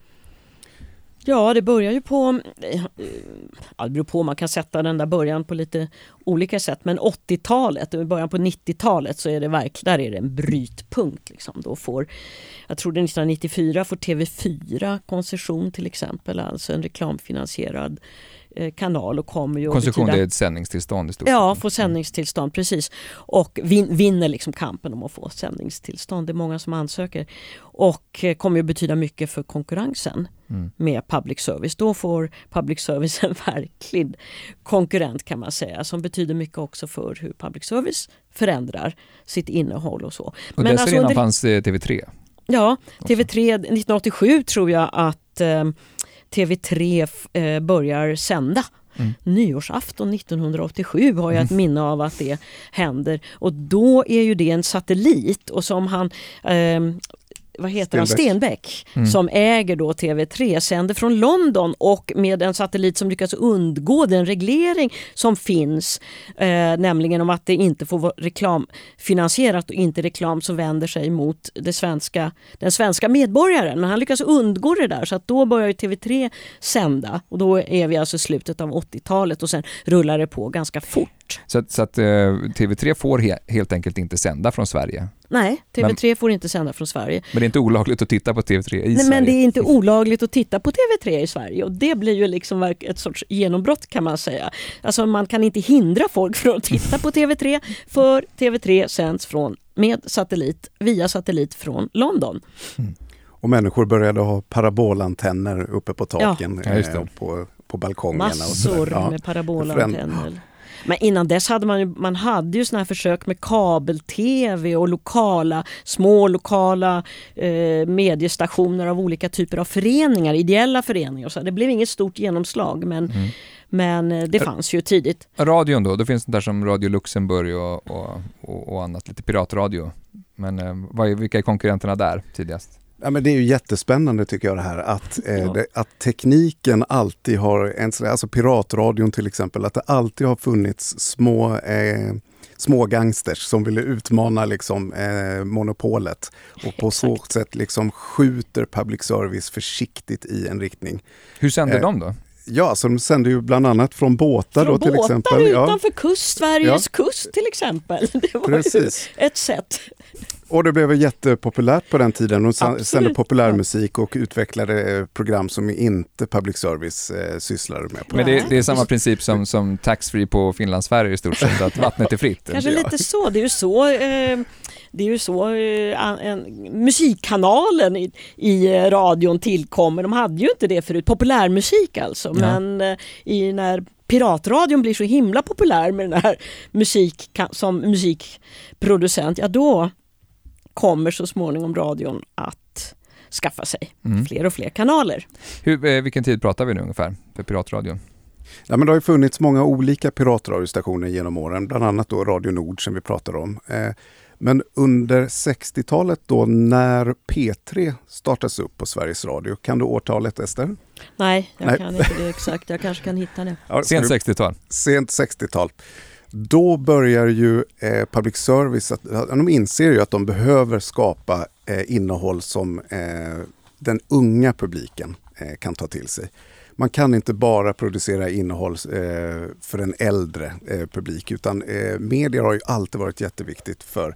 Ja, det börjar ju på, det beror på, man kan sätta den där början på lite olika sätt, men 80-talet och början på 90-talet så är det där är det en brytpunkt. Liksom. Då jag tror det 1994 får TV4 koncession till exempel, alltså en reklamfinansierad kanal, och kommer ju koncession, det är ett sändningstillstånd i stort. Ja, få sändningstillstånd, precis. Och vinner liksom kampen om att få sändningstillstånd. Det är många som ansöker. Och kommer ju betyda mycket för konkurrensen med public service. Då får public service en verklig konkurrent, kan man säga, som betyder mycket också för hur public service förändrar sitt innehåll och så. Och men dessförinnan alltså fanns TV3? Ja, TV3 1987 tror jag att TV3 börjar sända. Nyårsafton 1987 har jag ett minne av att det händer. Och då är ju det en satellit, och som han... vad heter han? Stenbeck, som äger då TV3, sänder från London, och med en satellit som lyckas undgå den reglering som finns, nämligen om att det inte får vara reklamfinansierat och inte reklam som vänder sig mot den svenska medborgaren. Men han lyckas undgå det där, så att då börjar TV3 sända, och då är vi alltså i slutet av 80-talet, och sen rullar det på ganska fort. Så att TV3 får helt enkelt inte sända från Sverige? Nej, TV3 får inte sända från Sverige. Men det är inte olagligt att titta på TV3 i Sverige? Nej, men det är inte olagligt att titta på TV3 i Sverige. Och det blir ju liksom ett sorts genombrott, kan man säga. Alltså man kan inte hindra folk från att titta på TV3, för TV3 sänds via satellit från London. Och människor började ha parabolantenner uppe på taken, på balkongerna. Massor med parabolantenner. Men innan dess hade man hade ju såna här försök med kabel-tv och små lokala mediestationer av olika typer av föreningar, ideella föreningar. Så det blev inget stort genomslag, men det fanns ju tidigt. Radion då? Det finns det där som Radio Luxemburg och annat, lite piratradio. Men vilka är konkurrenterna där tidigast? Ja, men det är ju jättespännande tycker jag det här att tekniken alltid har, alltså piratradion till exempel, att det alltid har funnits små gangsters som ville utmana liksom, monopolet, och på så sätt liksom skjuter public service försiktigt i en riktning. Hur sänder de då? Ja, så de sänder ju bland annat från båtar Från då till båtar exempel. utanför Sveriges kust till exempel. Det var Precis. ju ett sätt. Och det blev jättepopulärt på den tiden. De Absolut. sände populärmusik och utvecklade program som inte public service sysslade med. Men det är samma princip som taxfree på Finlandsfärjor i stort sett, att vattnet är fritt. Kanske lite så. Det är ju så musikkanalen i radion tillkommer. De hade ju inte det förut. Populärmusik alltså. Ja. Men när piratradion blir så himla populär med den här som musikproducent, ja då kommer så småningom radion att skaffa sig fler och fler kanaler. Vilken tid pratar vi nu ungefär för piratradion? Ja, men det har ju funnits många olika piratradiostationer genom åren, bland annat då Radio Nord som vi pratar om. Men under 60-talet då när P3 startas upp på Sveriges Radio, kan du årtalet, Ester? Nej, jag kan inte det exakt. Jag kanske kan hitta det. Ja, sent 60-tal. Sent 60-tal. Då börjar ju public service, de inser ju att de behöver skapa innehåll som den unga publiken kan ta till sig. Man kan inte bara producera innehåll för en äldre publik, utan medier har ju alltid varit jätteviktigt för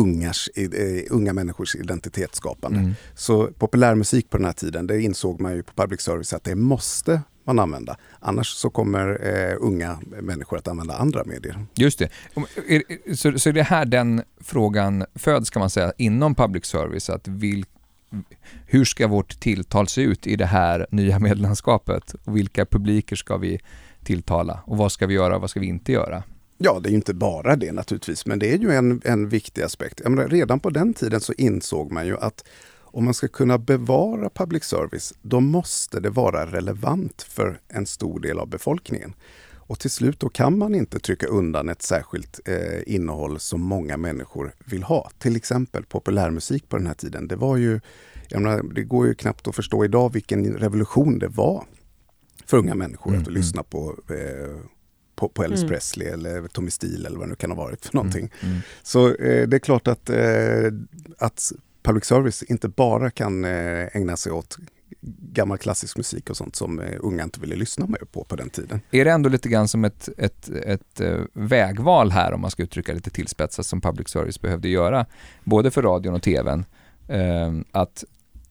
unga människors identitetsskapande. Så populärmusik på den här tiden, det insåg man ju på public service att det måste man använda. Annars så kommer unga människor att använda andra medier. Just det. Så är det här den frågan föds, kan man säga, inom public service, att hur ska vårt tilltal se ut i det här nya medlemskapet? Och vilka publiker ska vi tilltala? Och vad ska vi göra och vad ska vi inte göra? Ja, det är ju inte bara det naturligtvis, men det är ju en viktig aspekt. Jag menar, redan på den tiden så insåg man ju att om man ska kunna bevara public service, då måste det vara relevant för en stor del av befolkningen. Och till slut då kan man inte trycka undan ett särskilt innehåll som många människor vill ha. Till exempel populärmusik på den här tiden. Det var ju, jag menar, det går ju knappt att förstå idag vilken revolution det var för unga människor att lyssna på Elvis Presley eller Tommy Steele eller vad det nu kan ha varit för någonting. Så det är klart att public service inte bara kan ägna sig åt gammal klassisk musik och sånt som unga inte ville lyssna med på den tiden. Är det ändå lite grann som ett vägval här, om man ska uttrycka lite tillspetsat, som public service behövde göra, både för radion och tvn, att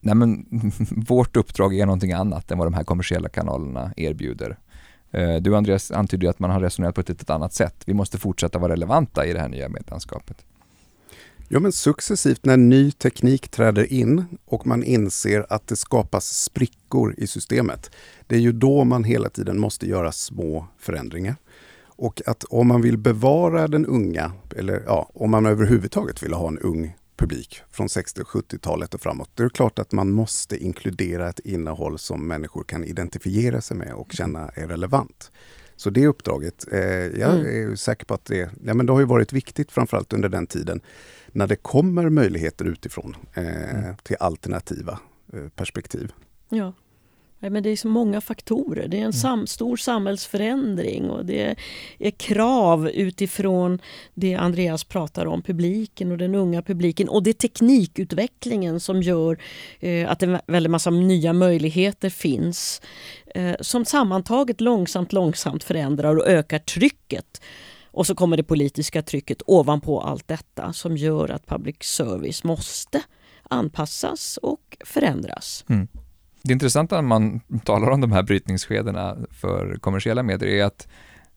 vårt uppdrag är någonting annat än vad de här kommersiella kanalerna erbjuder. Du, Andreas, antyder att man har resonerat på ett litet annat sätt. Vi måste fortsätta vara relevanta i det här nya medlemskapet. Ja, men successivt när ny teknik träder in och man inser att det skapas sprickor i systemet, det är ju då man hela tiden måste göra små förändringar. Och att om man vill bevara den unga, eller om man överhuvudtaget vill ha en ung publik från 60- och 70-talet och framåt, det är klart att man måste inkludera ett innehåll som människor kan identifiera sig med och känna är relevant. Så det uppdraget, jag är säker på att det har ju varit viktigt, framförallt under den tiden när det kommer möjligheter utifrån till alternativa perspektiv. Ja. Men det är så många faktorer. Det är en stor samhällsförändring och det är krav utifrån det Andreas pratar om, publiken och den unga publiken, och det är teknikutvecklingen som gör att en väldigt massa nya möjligheter finns som sammantaget långsamt förändrar och ökar trycket. Och så kommer det politiska trycket ovanpå allt detta som gör att public service måste anpassas och förändras. Det intressanta när man talar om de här brytningsskedena för kommersiella medier är att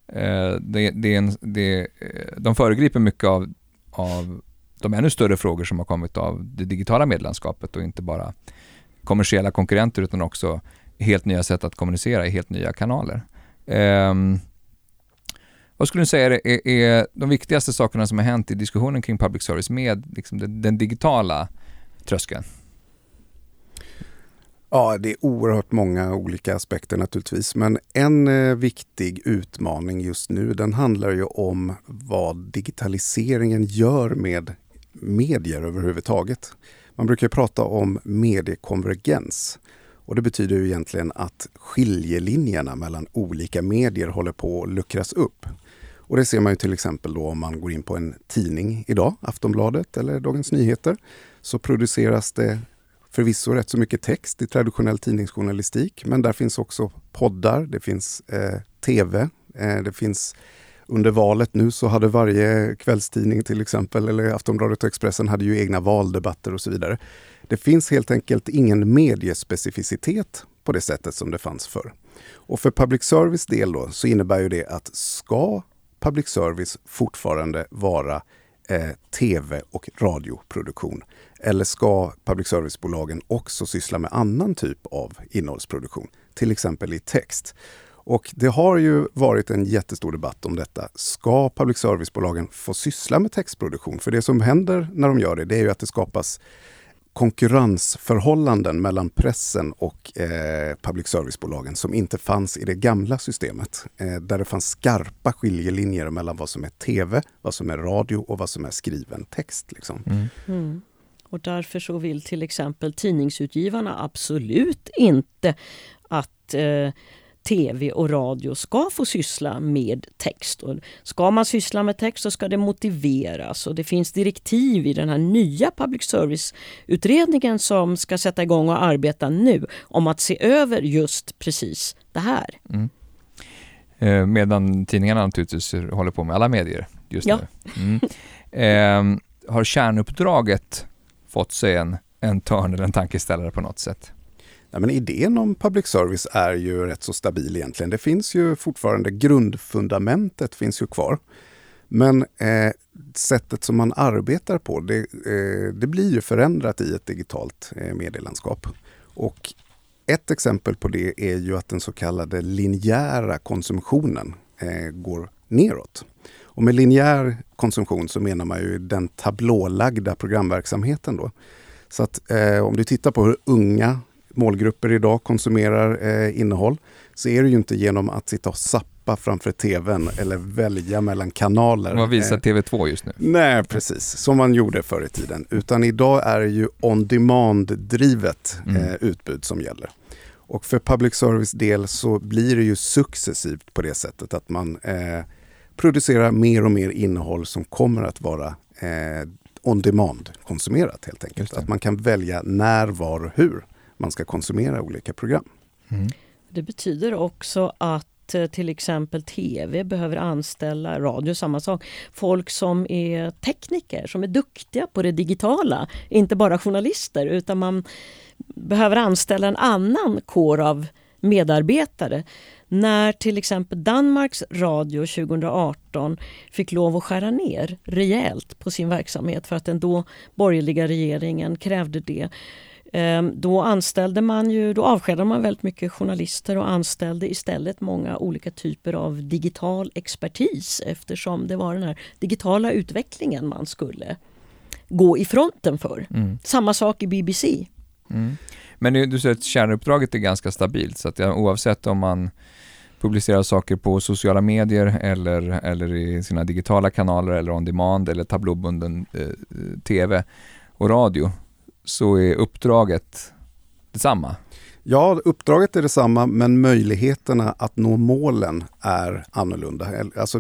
de föregriper mycket av de ännu större frågor som har kommit av det digitala medlemskapet, och inte bara kommersiella konkurrenter utan också helt nya sätt att kommunicera i helt nya kanaler. Vad skulle du säga är de viktigaste sakerna som har hänt i diskussionen kring public service med liksom den digitala tröskeln? Ja, det är oerhört många olika aspekter naturligtvis, men en viktig utmaning just nu, den handlar ju om vad digitaliseringen gör med medier överhuvudtaget. Man brukar prata om mediekonvergens, och det betyder ju egentligen att skiljelinjerna mellan olika medier håller på att luckras upp. Och det ser man ju till exempel då om man går in på en tidning idag, Aftonbladet eller Dagens Nyheter, så produceras det förvisso rätt så mycket text i traditionell tidningsjournalistik, men där finns också poddar, det finns tv, det finns under valet nu så hade varje kvällstidning till exempel, eller Aftonbladet och Expressen hade ju egna valdebatter och så vidare. Det finns helt enkelt ingen mediespecificitet på det sättet som det fanns förr. Och för public service del då så innebär ju det att ska public service fortfarande vara tv- och radioproduktion? Eller ska public service-bolagen också syssla med annan typ av innehållsproduktion? Till exempel i text. Och det har ju varit en jättestor debatt om detta. Ska public service-bolagen få syssla med textproduktion? För det som händer när de gör det är ju att det skapas konkurrensförhållanden mellan pressen och public service-bolagen som inte fanns i det gamla systemet. Där det fanns skarpa skiljelinjer mellan vad som är tv, vad som är radio och vad som är skriven text. Liksom. Och därför så vill till exempel tidningsutgivarna absolut inte att tv och radio ska få syssla med text. Och ska man syssla med text så ska det motiveras. Och det finns direktiv i den här nya public service-utredningen som ska sätta igång och arbeta nu om att se över just precis det här. Medan tidningarna naturligtvis håller på med alla medier just nu. Har kärnuppdraget fått sig en törn eller en tankeställare på något sätt? Ja, men idén om public service är ju rätt så stabil egentligen. Det finns ju fortfarande, grundfundamentet finns ju kvar. Men sättet som man arbetar på, det blir ju förändrat i ett digitalt medielandskap. Och ett exempel på det är ju att den så kallade linjära konsumtionen går neråt. Och med linjär konsumtion så menar man ju den tablålagda programverksamheten då. Så att om du tittar på hur unga målgrupper idag konsumerar innehåll så är det ju inte genom att sitta och zappa framför tvn eller välja mellan kanaler. Vad visar TV2 just nu? Nej, precis. Som man gjorde förr i tiden. Utan idag är det ju on-demand-drivet utbud som gäller. Och för public service del så blir det ju successivt på det sättet att man producerar mer och mer innehåll som kommer att vara on-demand konsumerat helt enkelt. Att man kan välja när, var och hur man ska konsumera olika program. Det betyder också att till exempel tv behöver anställa, radio samma sak, folk som är tekniker, som är duktiga på det digitala, inte bara journalister, utan man behöver anställa en annan kår av medarbetare. När till exempel Danmarks radio 2018 fick lov att skära ner rejält på sin verksamhet för att den då borgerliga regeringen krävde det. Då avskedade man väldigt mycket journalister och anställde istället många olika typer av digital expertis eftersom det var den här digitala utvecklingen man skulle gå i fronten för. Samma sak i BBC. Men du säger att kärnuppdraget är ganska stabilt så att oavsett om man publicerar saker på sociala medier eller i sina digitala kanaler eller on demand eller tablåbunden tv och radio så är uppdraget detsamma. Ja, uppdraget är detsamma men möjligheterna att nå målen är annorlunda. Alltså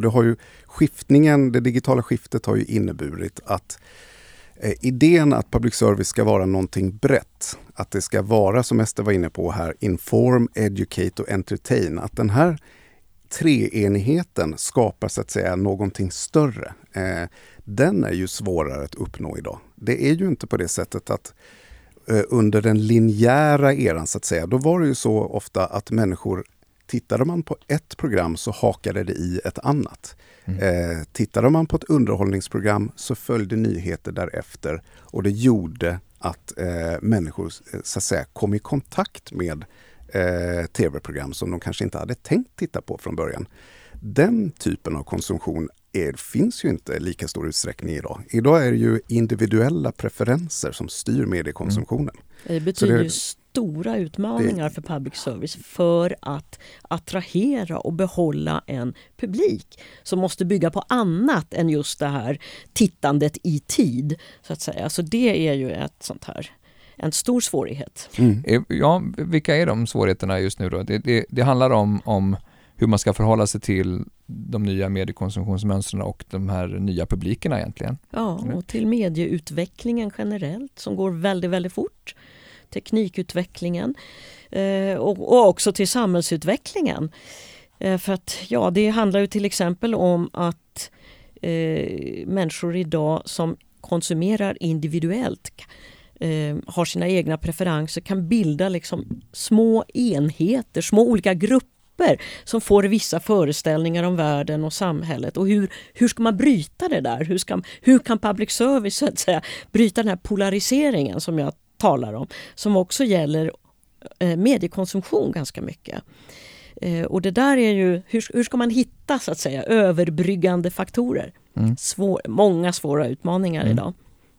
det digitala skiftet har ju inneburit att idén att public service ska vara någonting brett, att det ska vara, som Ester var inne på här, inform, educate och entertain, att den här treenigheten skapar så att säga någonting större. Den är ju svårare att uppnå idag. Det är ju inte på det sättet att under den linjära eran så att säga, då var det ju så ofta att människor, tittade man på ett program så hakade det i ett annat. Tittade man på ett underhållningsprogram så följde nyheter därefter och det gjorde att människor så att säga kom i kontakt med tv-program som de kanske inte hade tänkt titta på från början. Den typen av konsumtion finns ju inte i lika stor utsträckning idag. Idag är det ju individuella preferenser som styr mediekonsumtionen. Det betyder stora utmaningar för public service för att attrahera och behålla en publik som måste bygga på annat än just det här tittandet i tid så att säga. Så det är ju en stor svårighet. Ja, vilka är de svårigheterna just nu då? Det handlar om hur man ska förhålla sig till de nya mediekonsumtionsmönstren och de här nya publikerna egentligen. Ja, och till medieutvecklingen generellt som går väldigt, väldigt fort. teknikutvecklingen och också till samhällsutvecklingen. För att det handlar ju till exempel om att människor idag som konsumerar individuellt har sina egna preferenser, kan bilda liksom små enheter, små olika grupper som får vissa föreställningar om världen och samhället. Och hur ska man bryta det där? Hur kan public service så att säga bryta den här polariseringen som jag talar om, som också gäller mediekonsumtion ganska mycket. Och det där är ju, hur ska man hitta så att säga överbryggande faktorer? Många svåra utmaningar idag.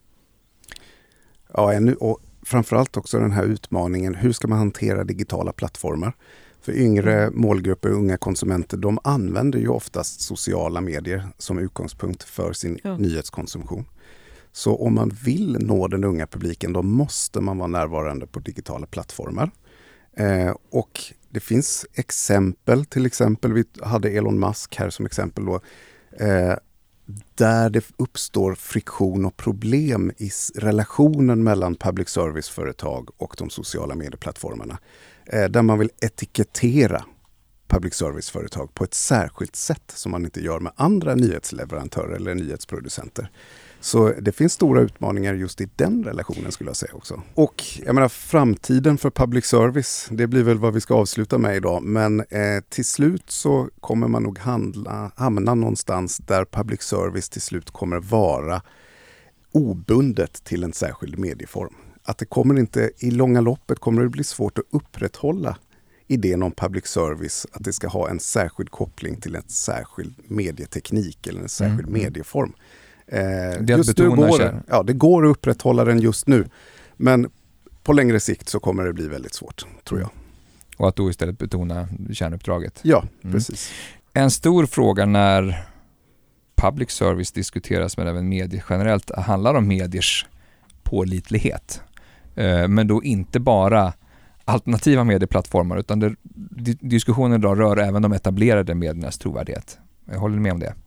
Ja, och framförallt också den här utmaningen, hur ska man hantera digitala plattformar? För yngre målgrupper, unga konsumenter, de använder ju oftast sociala medier som utgångspunkt för sin nyhetskonsumtion. Så om man vill nå den unga publiken, då måste man vara närvarande på digitala plattformar. Och det finns exempel, till exempel vi hade Elon Musk här som exempel då, där det uppstår friktion och problem i relationen mellan public service-företag och de sociala medieplattformarna. Där man vill etikettera public service-företag på ett särskilt sätt som man inte gör med andra nyhetsleverantörer eller nyhetsproducenter. Så det finns stora utmaningar just i den relationen skulle jag säga också. Och jag menar framtiden för public service, det blir väl vad vi ska avsluta med idag. Men till slut så kommer man nog hamna någonstans där public service till slut kommer vara obundet till en särskild medieform. Att det kommer inte, i långa loppet kommer det bli svårt att upprätthålla idén om public service, att det ska ha en särskild koppling till en särskild medieteknik eller en särskild medieform. Just nu det går att upprätthålla den just nu, men på längre sikt så kommer det bli väldigt svårt, tror jag. Och att då istället betona kärnuppdraget. Ja, precis. En stor fråga när public service diskuteras, men även medier generellt, handlar om mediers pålitlighet. Men då inte bara alternativa medieplattformar, utan diskussionen idag rör även de etablerade mediernas trovärdighet. Jag håller med om det.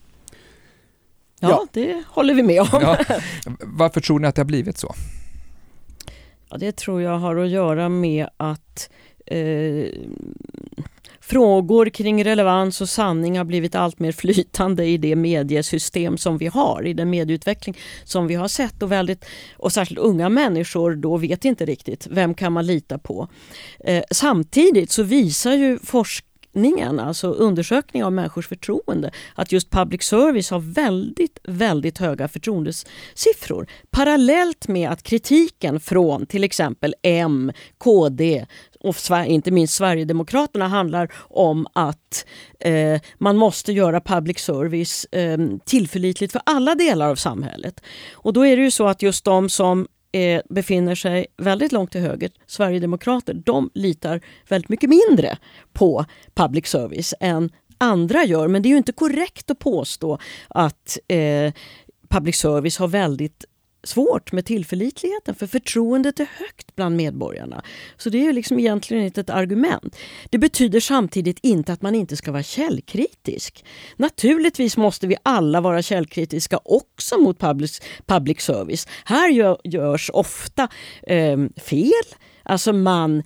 Ja, det håller vi med om. Ja. Varför tror ni att det har blivit så? Ja, det tror jag har att göra med att frågor kring relevans och sanning har blivit allt mer flytande i det mediesystem som vi har, i den medieutveckling som vi har sett, och särskilt unga människor då vet inte riktigt vem kan man lita på. Samtidigt så visar ju forskningen, alltså undersökning av människors förtroende, att just public service har väldigt, väldigt höga förtroendesiffror. Parallellt med att kritiken från till exempel M, KD och inte minst Sverigedemokraterna handlar om att man måste göra public service tillförlitligt för alla delar av samhället. Och då är det ju så att just de som befinner sig väldigt långt till höger, Sverigedemokrater, de litar väldigt mycket mindre på public service än andra gör. Men det är ju inte korrekt att påstå att public service har väldigt svårt med tillförlitligheten, för förtroendet är högt bland medborgarna. Så det är ju liksom egentligen inte ett argument. Det betyder samtidigt inte att man inte ska vara källkritisk. Naturligtvis måste vi alla vara källkritiska också mot public service. Här görs ofta fel. Alltså man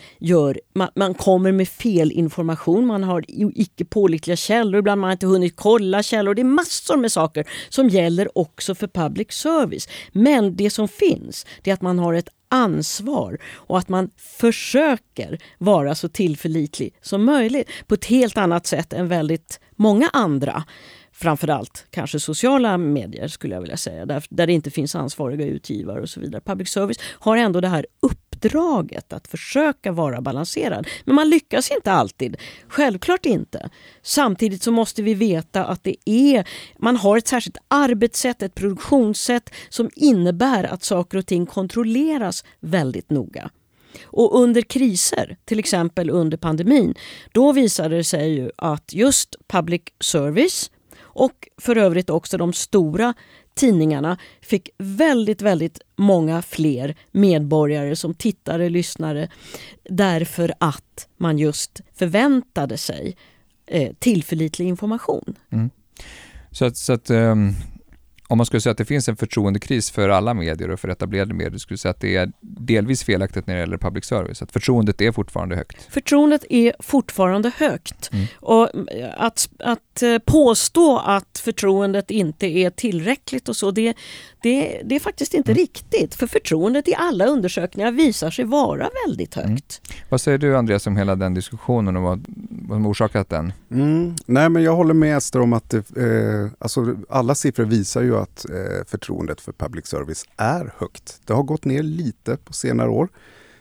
kommer med fel information, man har icke pålitliga källor, ibland man har inte hunnit kolla källor. Det är massor med saker som gäller också för public service. Men det som finns, det är att man har ett ansvar och att man försöker vara så tillförlitlig som möjligt på ett helt annat sätt än väldigt många andra. Framförallt kanske sociala medier skulle jag vilja säga, där det inte finns ansvariga utgivare och så vidare. Public service har ändå det här uppdraget att försöka vara balanserad. Men man lyckas inte alltid. Självklart inte. Samtidigt så måste vi veta att man har ett särskilt arbetssätt, ett produktionssätt som innebär att saker och ting kontrolleras väldigt noga. Och under kriser, till exempel under pandemin, då visade det sig ju att just public service och för övrigt också de stora tidningarna fick väldigt, väldigt många fler medborgare som tittare, lyssnare, därför att man just förväntade sig tillförlitlig information. Så att om man skulle säga att det finns en förtroendekris för alla medier och för etablerade medier, skulle säga att det är delvis felaktigt när det gäller public service. Att förtroendet är fortfarande högt. Förtroendet är fortfarande högt. Och att påstå att förtroendet inte är tillräckligt och så, det är faktiskt inte riktigt. För förtroendet i alla undersökningar visar sig vara väldigt högt. Vad säger du, Andreas, om hela den diskussionen och vad som orsakat den? Nej, men jag håller med Ester om att alltså, alla siffror visar ju att förtroendet för public service är högt. Det har gått ner lite på senare år.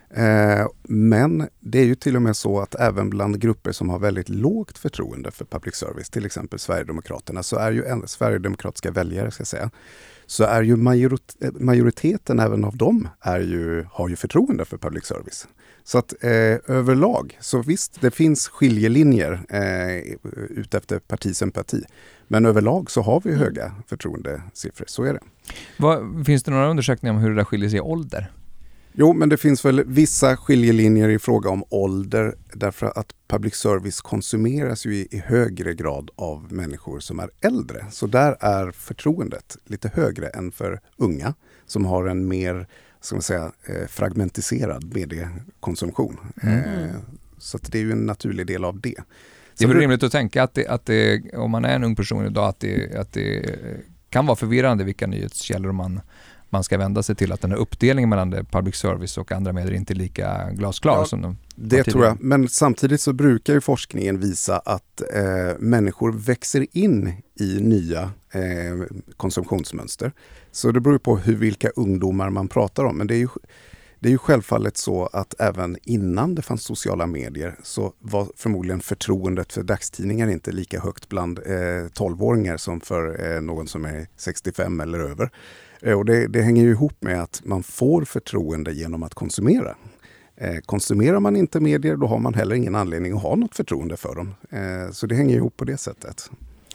Men det är ju till och med så att även bland grupper som har väldigt lågt förtroende för public service, till exempel Sverigedemokraterna, så är ju sverigedemokratiska väljare, ska jag säga, så är ju majoriteten även av dem har ju förtroende för public service. Så att överlag, så visst, det finns skiljelinjer utefter partisympati. Men överlag så har vi höga förtroendesiffror, så är det. Finns det några undersökningar om hur det där skiljer sig i ålder? Jo, men det finns väl vissa skiljelinjer i fråga om ålder, därför att public service konsumeras ju i högre grad av människor som är äldre. Så där är förtroendet lite högre än för unga som har en mer, ska man säga, fragmentiserad mediekonsumtion. Så att det är ju en naturlig del av det. Det är väl rimligt att tänka att det, om man är en ung person idag, att det kan vara förvirrande vilka nyhetskällor man ska vända sig till, att den här uppdelningen mellan public service och andra medier inte är lika glasklar som de det tror jag. Men samtidigt så brukar ju forskningen visa att människor växer in i nya konsumtionsmönster. Så det beror på vilka ungdomar man pratar om. Men det är ju självfallet så att även innan det fanns sociala medier så var förmodligen förtroendet för dagstidningar inte lika högt bland 12-åringar som för någon som är 65 eller över. Och det hänger ju ihop med att man får förtroende genom att konsumera. Konsumerar man inte medier, då har man heller ingen anledning att ha något förtroende för dem. Så det hänger ihop på det sättet.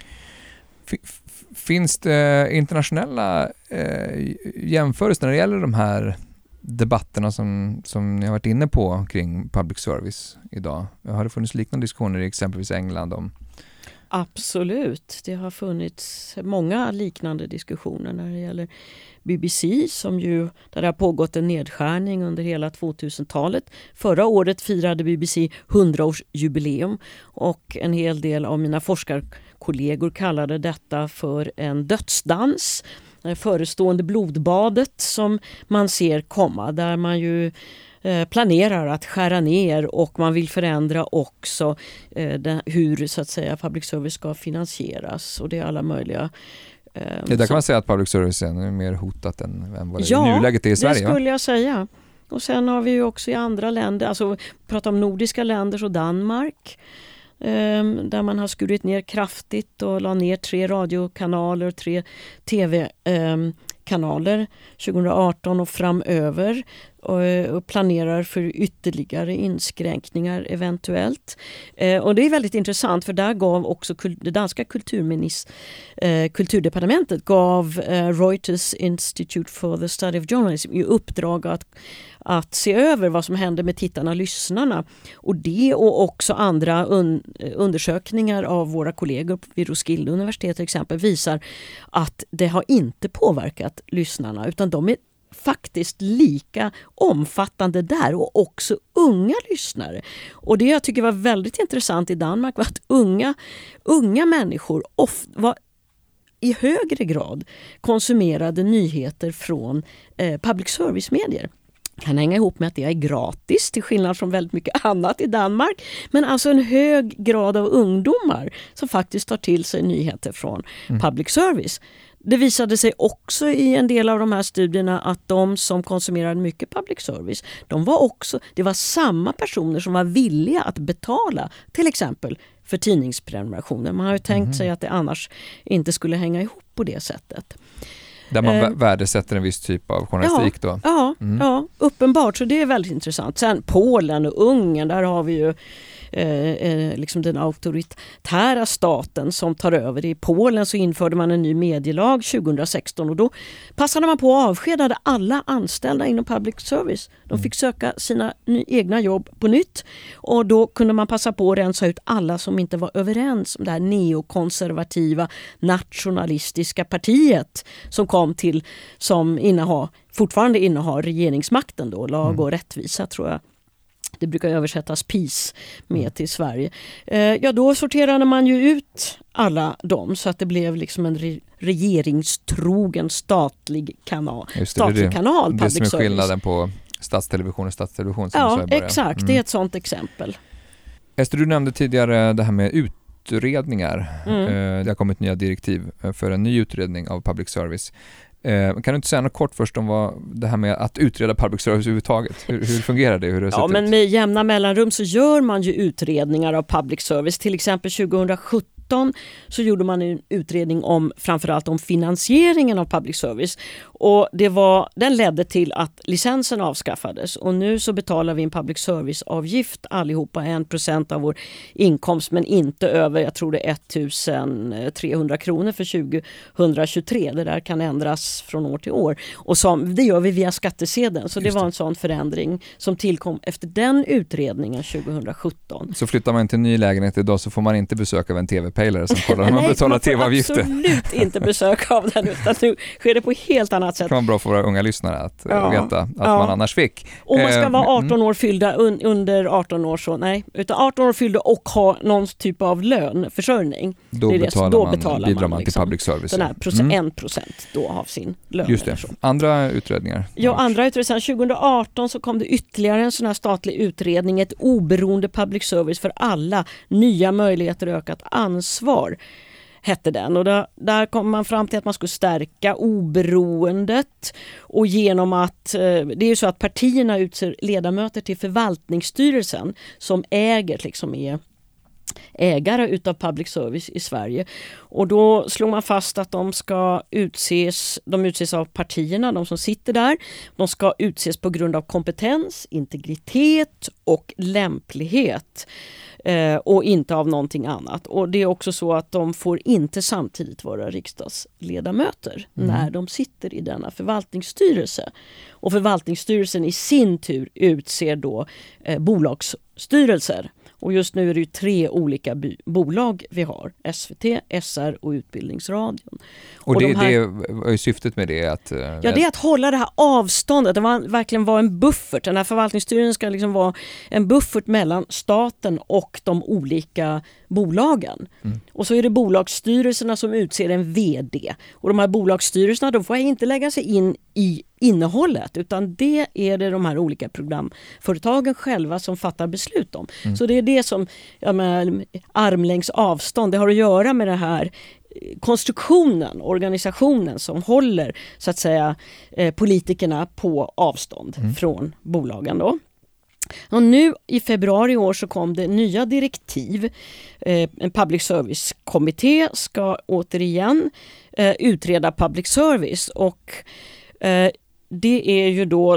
Finns det internationella jämförelser när det gäller de här debatterna som ni har varit inne på kring public service idag? Har det funnits liknande diskussioner i exempelvis England om? Absolut. Det har funnits många liknande diskussioner när det gäller BBC, där det har pågått en nedskärning under hela 2000-talet. Förra året firade BBC 100-årsjubileum och en hel del av mina forskarkollegor kallade detta för en dödsdans. Det förestående blodbadet som man ser komma, där man ju planerar att skära ner och man vill förändra också hur, så att säga, public service ska finansieras, och det är alla möjliga. Det där kan man säga att public service är mer hotat än vad det i nuläget är i Sverige. Ja, det skulle jag säga. Och sen har vi ju också i andra länder, alltså prata om nordiska länder, så Danmark, där man har skurit ner kraftigt och la ner 3 radiokanaler och 3 tv-kanaler 2018 och framöver, och planerar för ytterligare inskränkningar eventuellt. Och det är väldigt intressant, för där gav också det danska kulturdepartementet gav Reuters Institute for the Study of Journalism i uppdrag att se över vad som händer med tittarna och lyssnarna. Och det, och också andra undersökningar av våra kollegor vid Roskilde universitet till exempel, visar att det har inte påverkat lyssnarna, utan de är faktiskt lika omfattande där, och också unga lyssnare. Och det jag tycker var väldigt intressant i Danmark var att unga människor var i högre grad konsumerade nyheter från public service-medier. Kan hänga ihop med att det är gratis till skillnad från väldigt mycket annat i Danmark. Men alltså en hög grad av ungdomar som faktiskt tar till sig nyheter från public service. Det visade sig också i en del av de här studierna att de som konsumerade mycket public service, det var samma personer som var villiga att betala till exempel för tidningsprenumerationer. Man har ju tänkt sig att det annars inte skulle hänga ihop på det sättet. Där man värdesätter en viss typ av journalistik då? Ja, uppenbart. Så det är väldigt intressant. Sen Polen och Ungern, där har vi ju liksom den auktoritära staten som tar över. I Polen så införde man en ny medielag 2016 och då passade man på att avskeda alla anställda inom public service. De fick söka sina egna jobb på nytt och då kunde man passa på att rensa ut alla som inte var överens om det här neokonservativa nationalistiska partiet som kom till som fortfarande innehar regeringsmakten då, lag och rättvisa tror jag. Det brukar översättas peace med till Sverige. Då sorterade man ju ut alla dem så att det blev liksom en regeringstrogen statlig kanal. Det som är service. Skillnaden på statstelevision och statstelevision. Ja, exakt. Det är ett sånt exempel. Esther, du nämnde tidigare det här med utredningar. Det har kommit nya direktiv för en ny utredning av public service. Kan du inte säga något kort först om vad det här med att utreda public service överhuvudtaget? Hur fungerar det? Hur det ja, men med jämna mellanrum så gör man ju utredningar av public service. Till exempel 2017 så gjorde man en utredning om framförallt om finansieringen av public service. Och den ledde till att licensen avskaffades. Och nu så betalar vi en public service-avgift allihopa 1% av vår inkomst men inte över, jag tror det är 1300 kronor för 2023. Det där kan ändras från år till år. Och det gör vi via skattesedeln. Så det var en sån förändring som tillkom efter den utredningen 2017. Så flyttar man till en ny lägenhet idag så får man inte besöka av en tv-pejlare som kollar när man betalar tv-avgifter. Absolut inte besök av den utan nu sker det på helt annat sätt. Det kan vara bra för våra unga lyssnare att veta att man annars fick. Och man ska vara 18 år fyllda under 18 år så nej, utan 18 år fyllda och ha någon typ av lönförsörjning. Då bidrar man till public service. Den här 1% då av sin lön. Just det. Andra utredningar? Ja, andra utredningar. 2018 så kom det ytterligare en sån här statlig utredning, ett oberoende public service för alla, nya möjligheter och ökat ansvar hette den. Och där kom man fram till att man skulle stärka oberoendet och genom att, det är ju så att partierna utser ledamöter till förvaltningsstyrelsen som är ägare utav public service i Sverige. Och då slog man fast att de utses av partierna, de som sitter där. De ska utses på grund av kompetens, integritet och lämplighet. Och inte av någonting annat. Och det är också så att de får inte samtidigt vara riksdagsledamöter när de sitter i denna förvaltningsstyrelse. Och förvaltningsstyrelsen i sin tur utser då bolagsstyrelser. Och just nu är det ju 3 olika bolag vi har. SVT, SR och Utbildningsradion. Och det är ju syftet med det att... Ja, det är att hålla det här avståndet. Det verkligen vara en buffert. Den här förvaltningsstyrelsen ska liksom vara en buffert mellan staten och de olika bolagen. Och så är det bolagsstyrelserna som utser en vd. Och de här bolagsstyrelserna, de får inte lägga sig in i innehållet, utan det är det de här olika programföretagen själva som fattar beslut om. Så det är det som armlängds avstånd, det har att göra med det här konstruktionen, organisationen som håller så att säga politikerna på avstånd från bolagen då. Och nu i februari i år så kom det nya direktiv. En public service-kommitté ska återigen utreda public service och det är ju då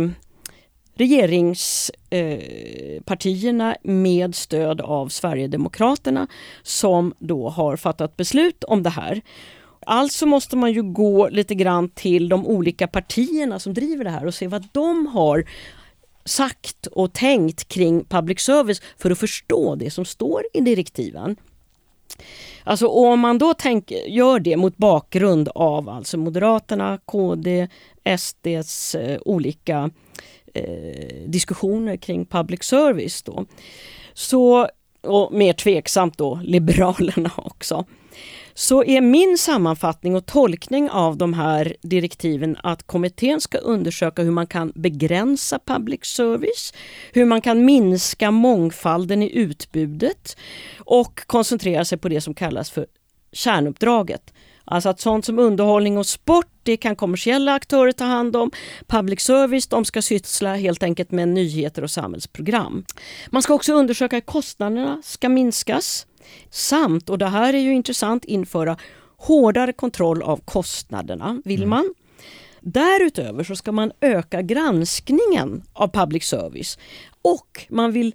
regeringspartierna med stöd av Sverigedemokraterna som då har fattat beslut om det här. Alltså måste man ju gå lite grann till de olika partierna som driver det här och se vad de har sagt och tänkt kring public service för att förstå det som står i direktiven. Alltså om man då gör det mot bakgrund av alltså Moderaterna, KD, SDs olika diskussioner kring public service då. Så, och mer tveksamt då Liberalerna också. Så är min sammanfattning och tolkning av de här direktiven att kommittén ska undersöka hur man kan begränsa public service, hur man kan minska mångfalden i utbudet och koncentrera sig på det som kallas för kärnuppdraget. Alltså att sånt som underhållning och sport, det kan kommersiella aktörer ta hand om. Public service, de ska syssla helt enkelt med nyheter och samhällsprogram. Man ska också undersöka hur kostnaderna ska minskas. Samt, och det här är ju intressant, införa hårdare kontroll av kostnaderna, vill man. Därutöver så ska man öka granskningen av public service och man vill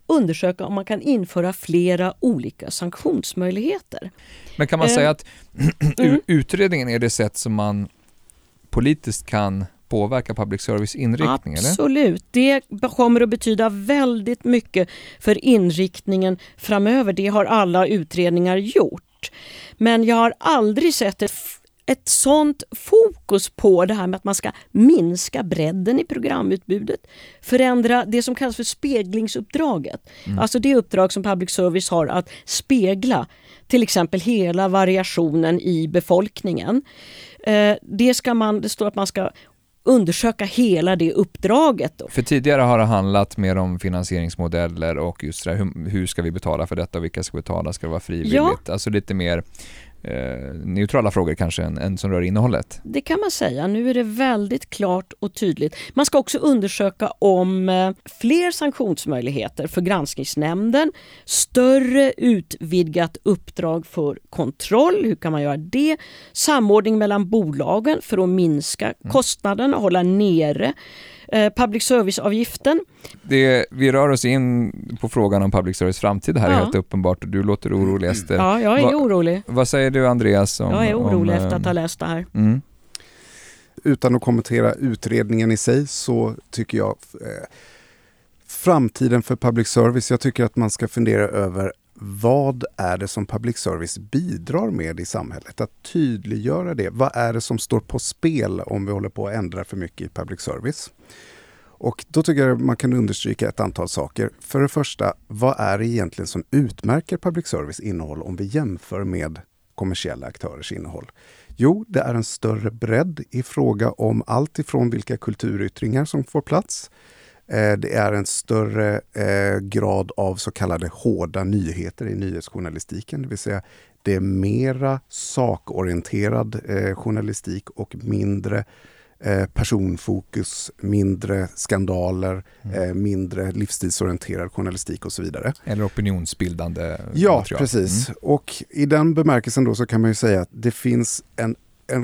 undersöka om man kan införa flera olika sanktionsmöjligheter. Men kan man säga att utredningen är det sätt som man politiskt kan påverka public service inriktning? Absolut, det kommer att betyda väldigt mycket för inriktningen framöver. Det har alla utredningar gjort. Men jag har aldrig sett ett sånt fokus på det här med att man ska minska bredden i programutbudet, förändra det som kallas för speglingsuppdraget. Alltså det uppdrag som public service har att spegla till exempel hela variationen i befolkningen. Det står att man ska undersöka hela det uppdraget. För tidigare har det handlat mer om finansieringsmodeller och just det här, hur ska vi betala för detta och vilka ska betala, ska det vara frivilligt? Ja. Alltså lite mer neutrala frågor kanske än som rör innehållet. Det kan man säga. Nu är det väldigt klart och tydligt. Man ska också undersöka om fler sanktionsmöjligheter för granskningsnämnden, större utvidgat uppdrag för kontroll, hur kan man göra det? Samordning mellan bolagen för att minska kostnaden och hålla nere public service-avgiften. Vi rör oss in på frågan om public service framtid här är helt uppenbart och du låter orolig, Ester. Ja, jag är orolig. Vad säger du, Andreas? Jag är orolig efter att ha läst det här. Utan att kommentera utredningen i sig så tycker jag framtiden för public service, jag tycker att man ska fundera över vad är det som public service bidrar med i samhället? Att tydliggöra det. Vad är det som står på spel om vi håller på att ändra för mycket i public service? Och då tycker jag man kan understryka ett antal saker. För det första, vad är det egentligen som utmärker public service innehåll om vi jämför med kommersiella aktörers innehåll? Jo, det är en större bredd i fråga om allt ifrån vilka kulturyttringar som får plats. Det är en större grad av så kallade hårda nyheter i nyhetsjournalistiken. Det vill säga det är mera sakorienterad journalistik och mindre personfokus, mindre skandaler, mindre livsstilsorienterad journalistik och så vidare. Eller opinionsbildande material. Ja, precis. Och i den bemärkelsen då så kan man ju säga att det finns en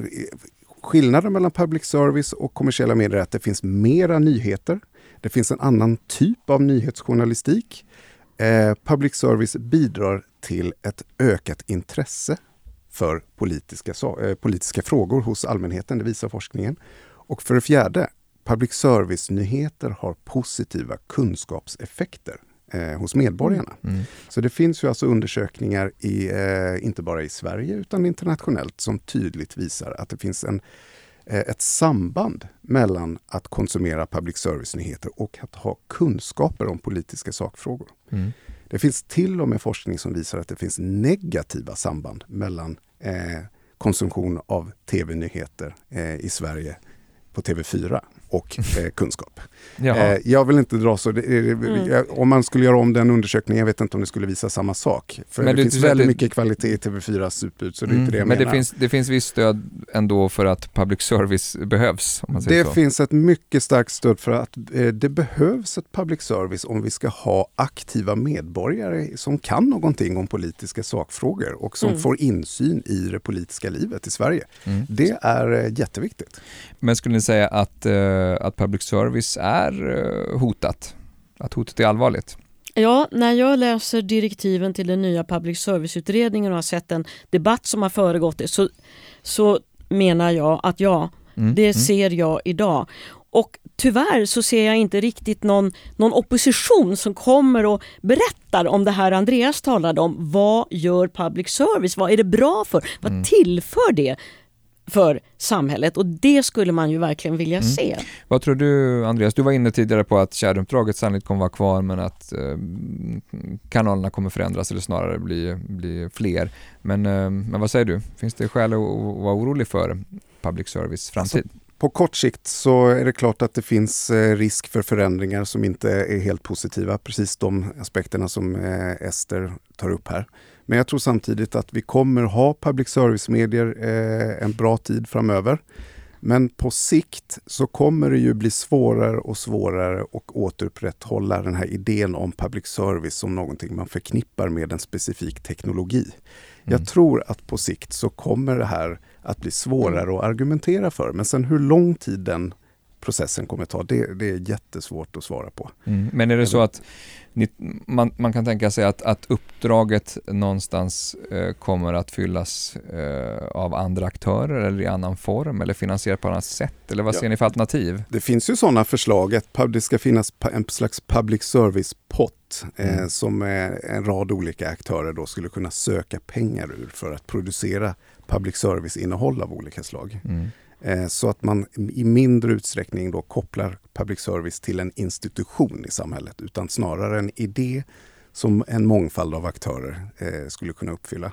skillnad mellan public service och kommersiella medier, att det finns mera nyheter. Det finns en annan typ av nyhetsjournalistik. Public service bidrar till ett ökat intresse för politiska frågor hos allmänheten, det visar forskningen. Och för det fjärde, public service-nyheter har positiva kunskapseffekter hos medborgarna. Så det finns ju alltså undersökningar inte bara i Sverige utan internationellt som tydligt visar att det finns ett samband mellan att konsumera public service-nyheter och att ha kunskaper om politiska sakfrågor. Det finns till och med forskning som visar att det finns negativa samband mellan konsumtion av tv-nyheter i Sverige på TV4 och kunskap. Jag vill inte dra så... om man skulle göra om den undersökningen, jag vet inte om det skulle visa samma sak. För men det finns väldigt mycket kvalitet i TV4s utbud, så det är inte det jag menar. Men det finns visst stöd ändå för att public service behövs, om man säger så. Det finns ett mycket starkt stöd för att det behövs ett public service om vi ska ha aktiva medborgare som kan någonting om politiska sakfrågor och som får insyn i det politiska livet i Sverige. Det är jätteviktigt. Men skulle ni säga att public service är hotat? Att hotet är allvarligt? Ja, när jag läser direktiven till den nya public service-utredningen och har sett en debatt som har föregått det, så menar jag att det ser jag idag. Och tyvärr så ser jag inte riktigt någon opposition som kommer och berättar om det här Andreas talade om. Vad gör public service? Vad är det bra för? Vad tillför det för samhället? Och det skulle man ju verkligen vilja se. Vad tror du, Andreas? Du var inne tidigare på att kärnuppdraget sannolikt kommer vara kvar, men att kanalerna kommer förändras eller snarare bli fler. Men vad säger du? Finns det skäl att vara orolig för public service framtid? Alltså, på kort sikt så är det klart att det finns risk för förändringar som inte är helt positiva. Precis de aspekterna som Ester tar upp här. Men jag tror samtidigt att vi kommer ha public service-medier en bra tid framöver. Men på sikt så kommer det ju bli svårare och svårare att återupprätthålla den här idén om public service som någonting man förknippar med en specifik teknologi. Jag tror att på sikt så kommer det här att bli svårare att argumentera för. Men sen hur lång tid den processen kommer ta, det är jättesvårt att svara på. Men är det så att man kan tänka sig att uppdraget någonstans kommer att fyllas av andra aktörer eller i annan form eller finansierat på annat sätt, eller vad ser ni för alternativ? Det finns ju sådana förslag att det ska finnas en slags public service-pott som en rad olika aktörer då skulle kunna söka pengar ur för att producera public service-innehåll av olika slag. Så att man i mindre utsträckning då kopplar public service till en institution i samhället, utan snarare en idé som en mångfald av aktörer skulle kunna uppfylla.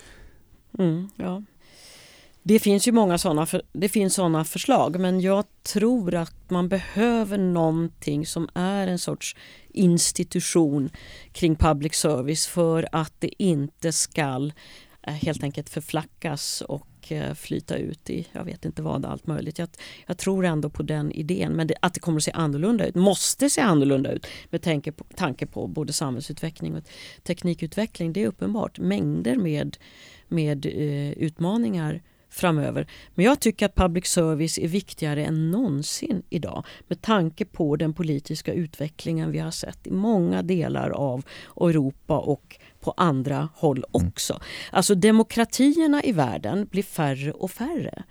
Ja. Det finns ju många sådana förslag, men jag tror att man behöver någonting som är en sorts institution kring public service för att det inte ska helt enkelt förflackas och flyta ut i, jag vet inte vad, allt möjligt. Jag tror ändå på den idén, men att det kommer att se annorlunda ut, måste se annorlunda ut med tanke på både samhällsutveckling och teknikutveckling. Det är uppenbart mängder med utmaningar framöver. Men jag tycker att public service är viktigare än någonsin idag med tanke på den politiska utvecklingen vi har sett i många delar av Europa och på andra håll också. Alltså demokratierna i världen blir färre och färre.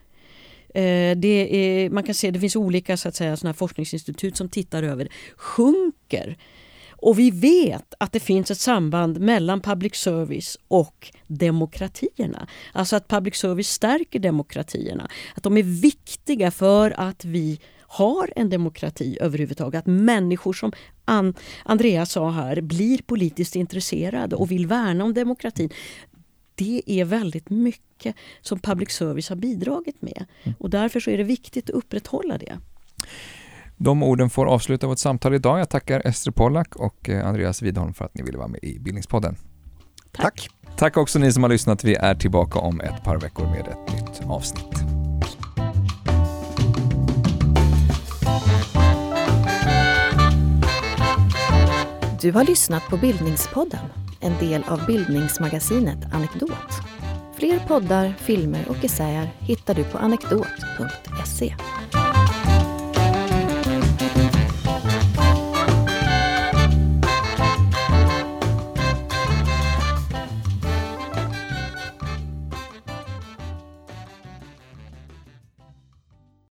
Man kan se, det finns olika så att säga, såna här forskningsinstitut som tittar över, sjunker. Och vi vet att det finns ett samband mellan public service och demokratierna. Alltså att public service stärker demokratierna. Att de är viktiga för att vi har en demokrati överhuvudtaget. Att människor, som Andreas sa här, blir politiskt intresserade och vill värna om demokratin. Det är väldigt mycket som public service har bidragit med. Och därför så är det viktigt att upprätthålla det. De orden får avsluta vårt samtal idag. Jag tackar Ester Pollack och Andreas Widholm för att ni ville vara med i Bildningspodden. Tack! Tack också ni som har lyssnat. Vi är tillbaka om ett par veckor med ett nytt avsnitt. Du har lyssnat på Bildningspodden, en del av bildningsmagasinet Anekdot. Fler poddar, filmer och essäer hittar du på anekdot.se.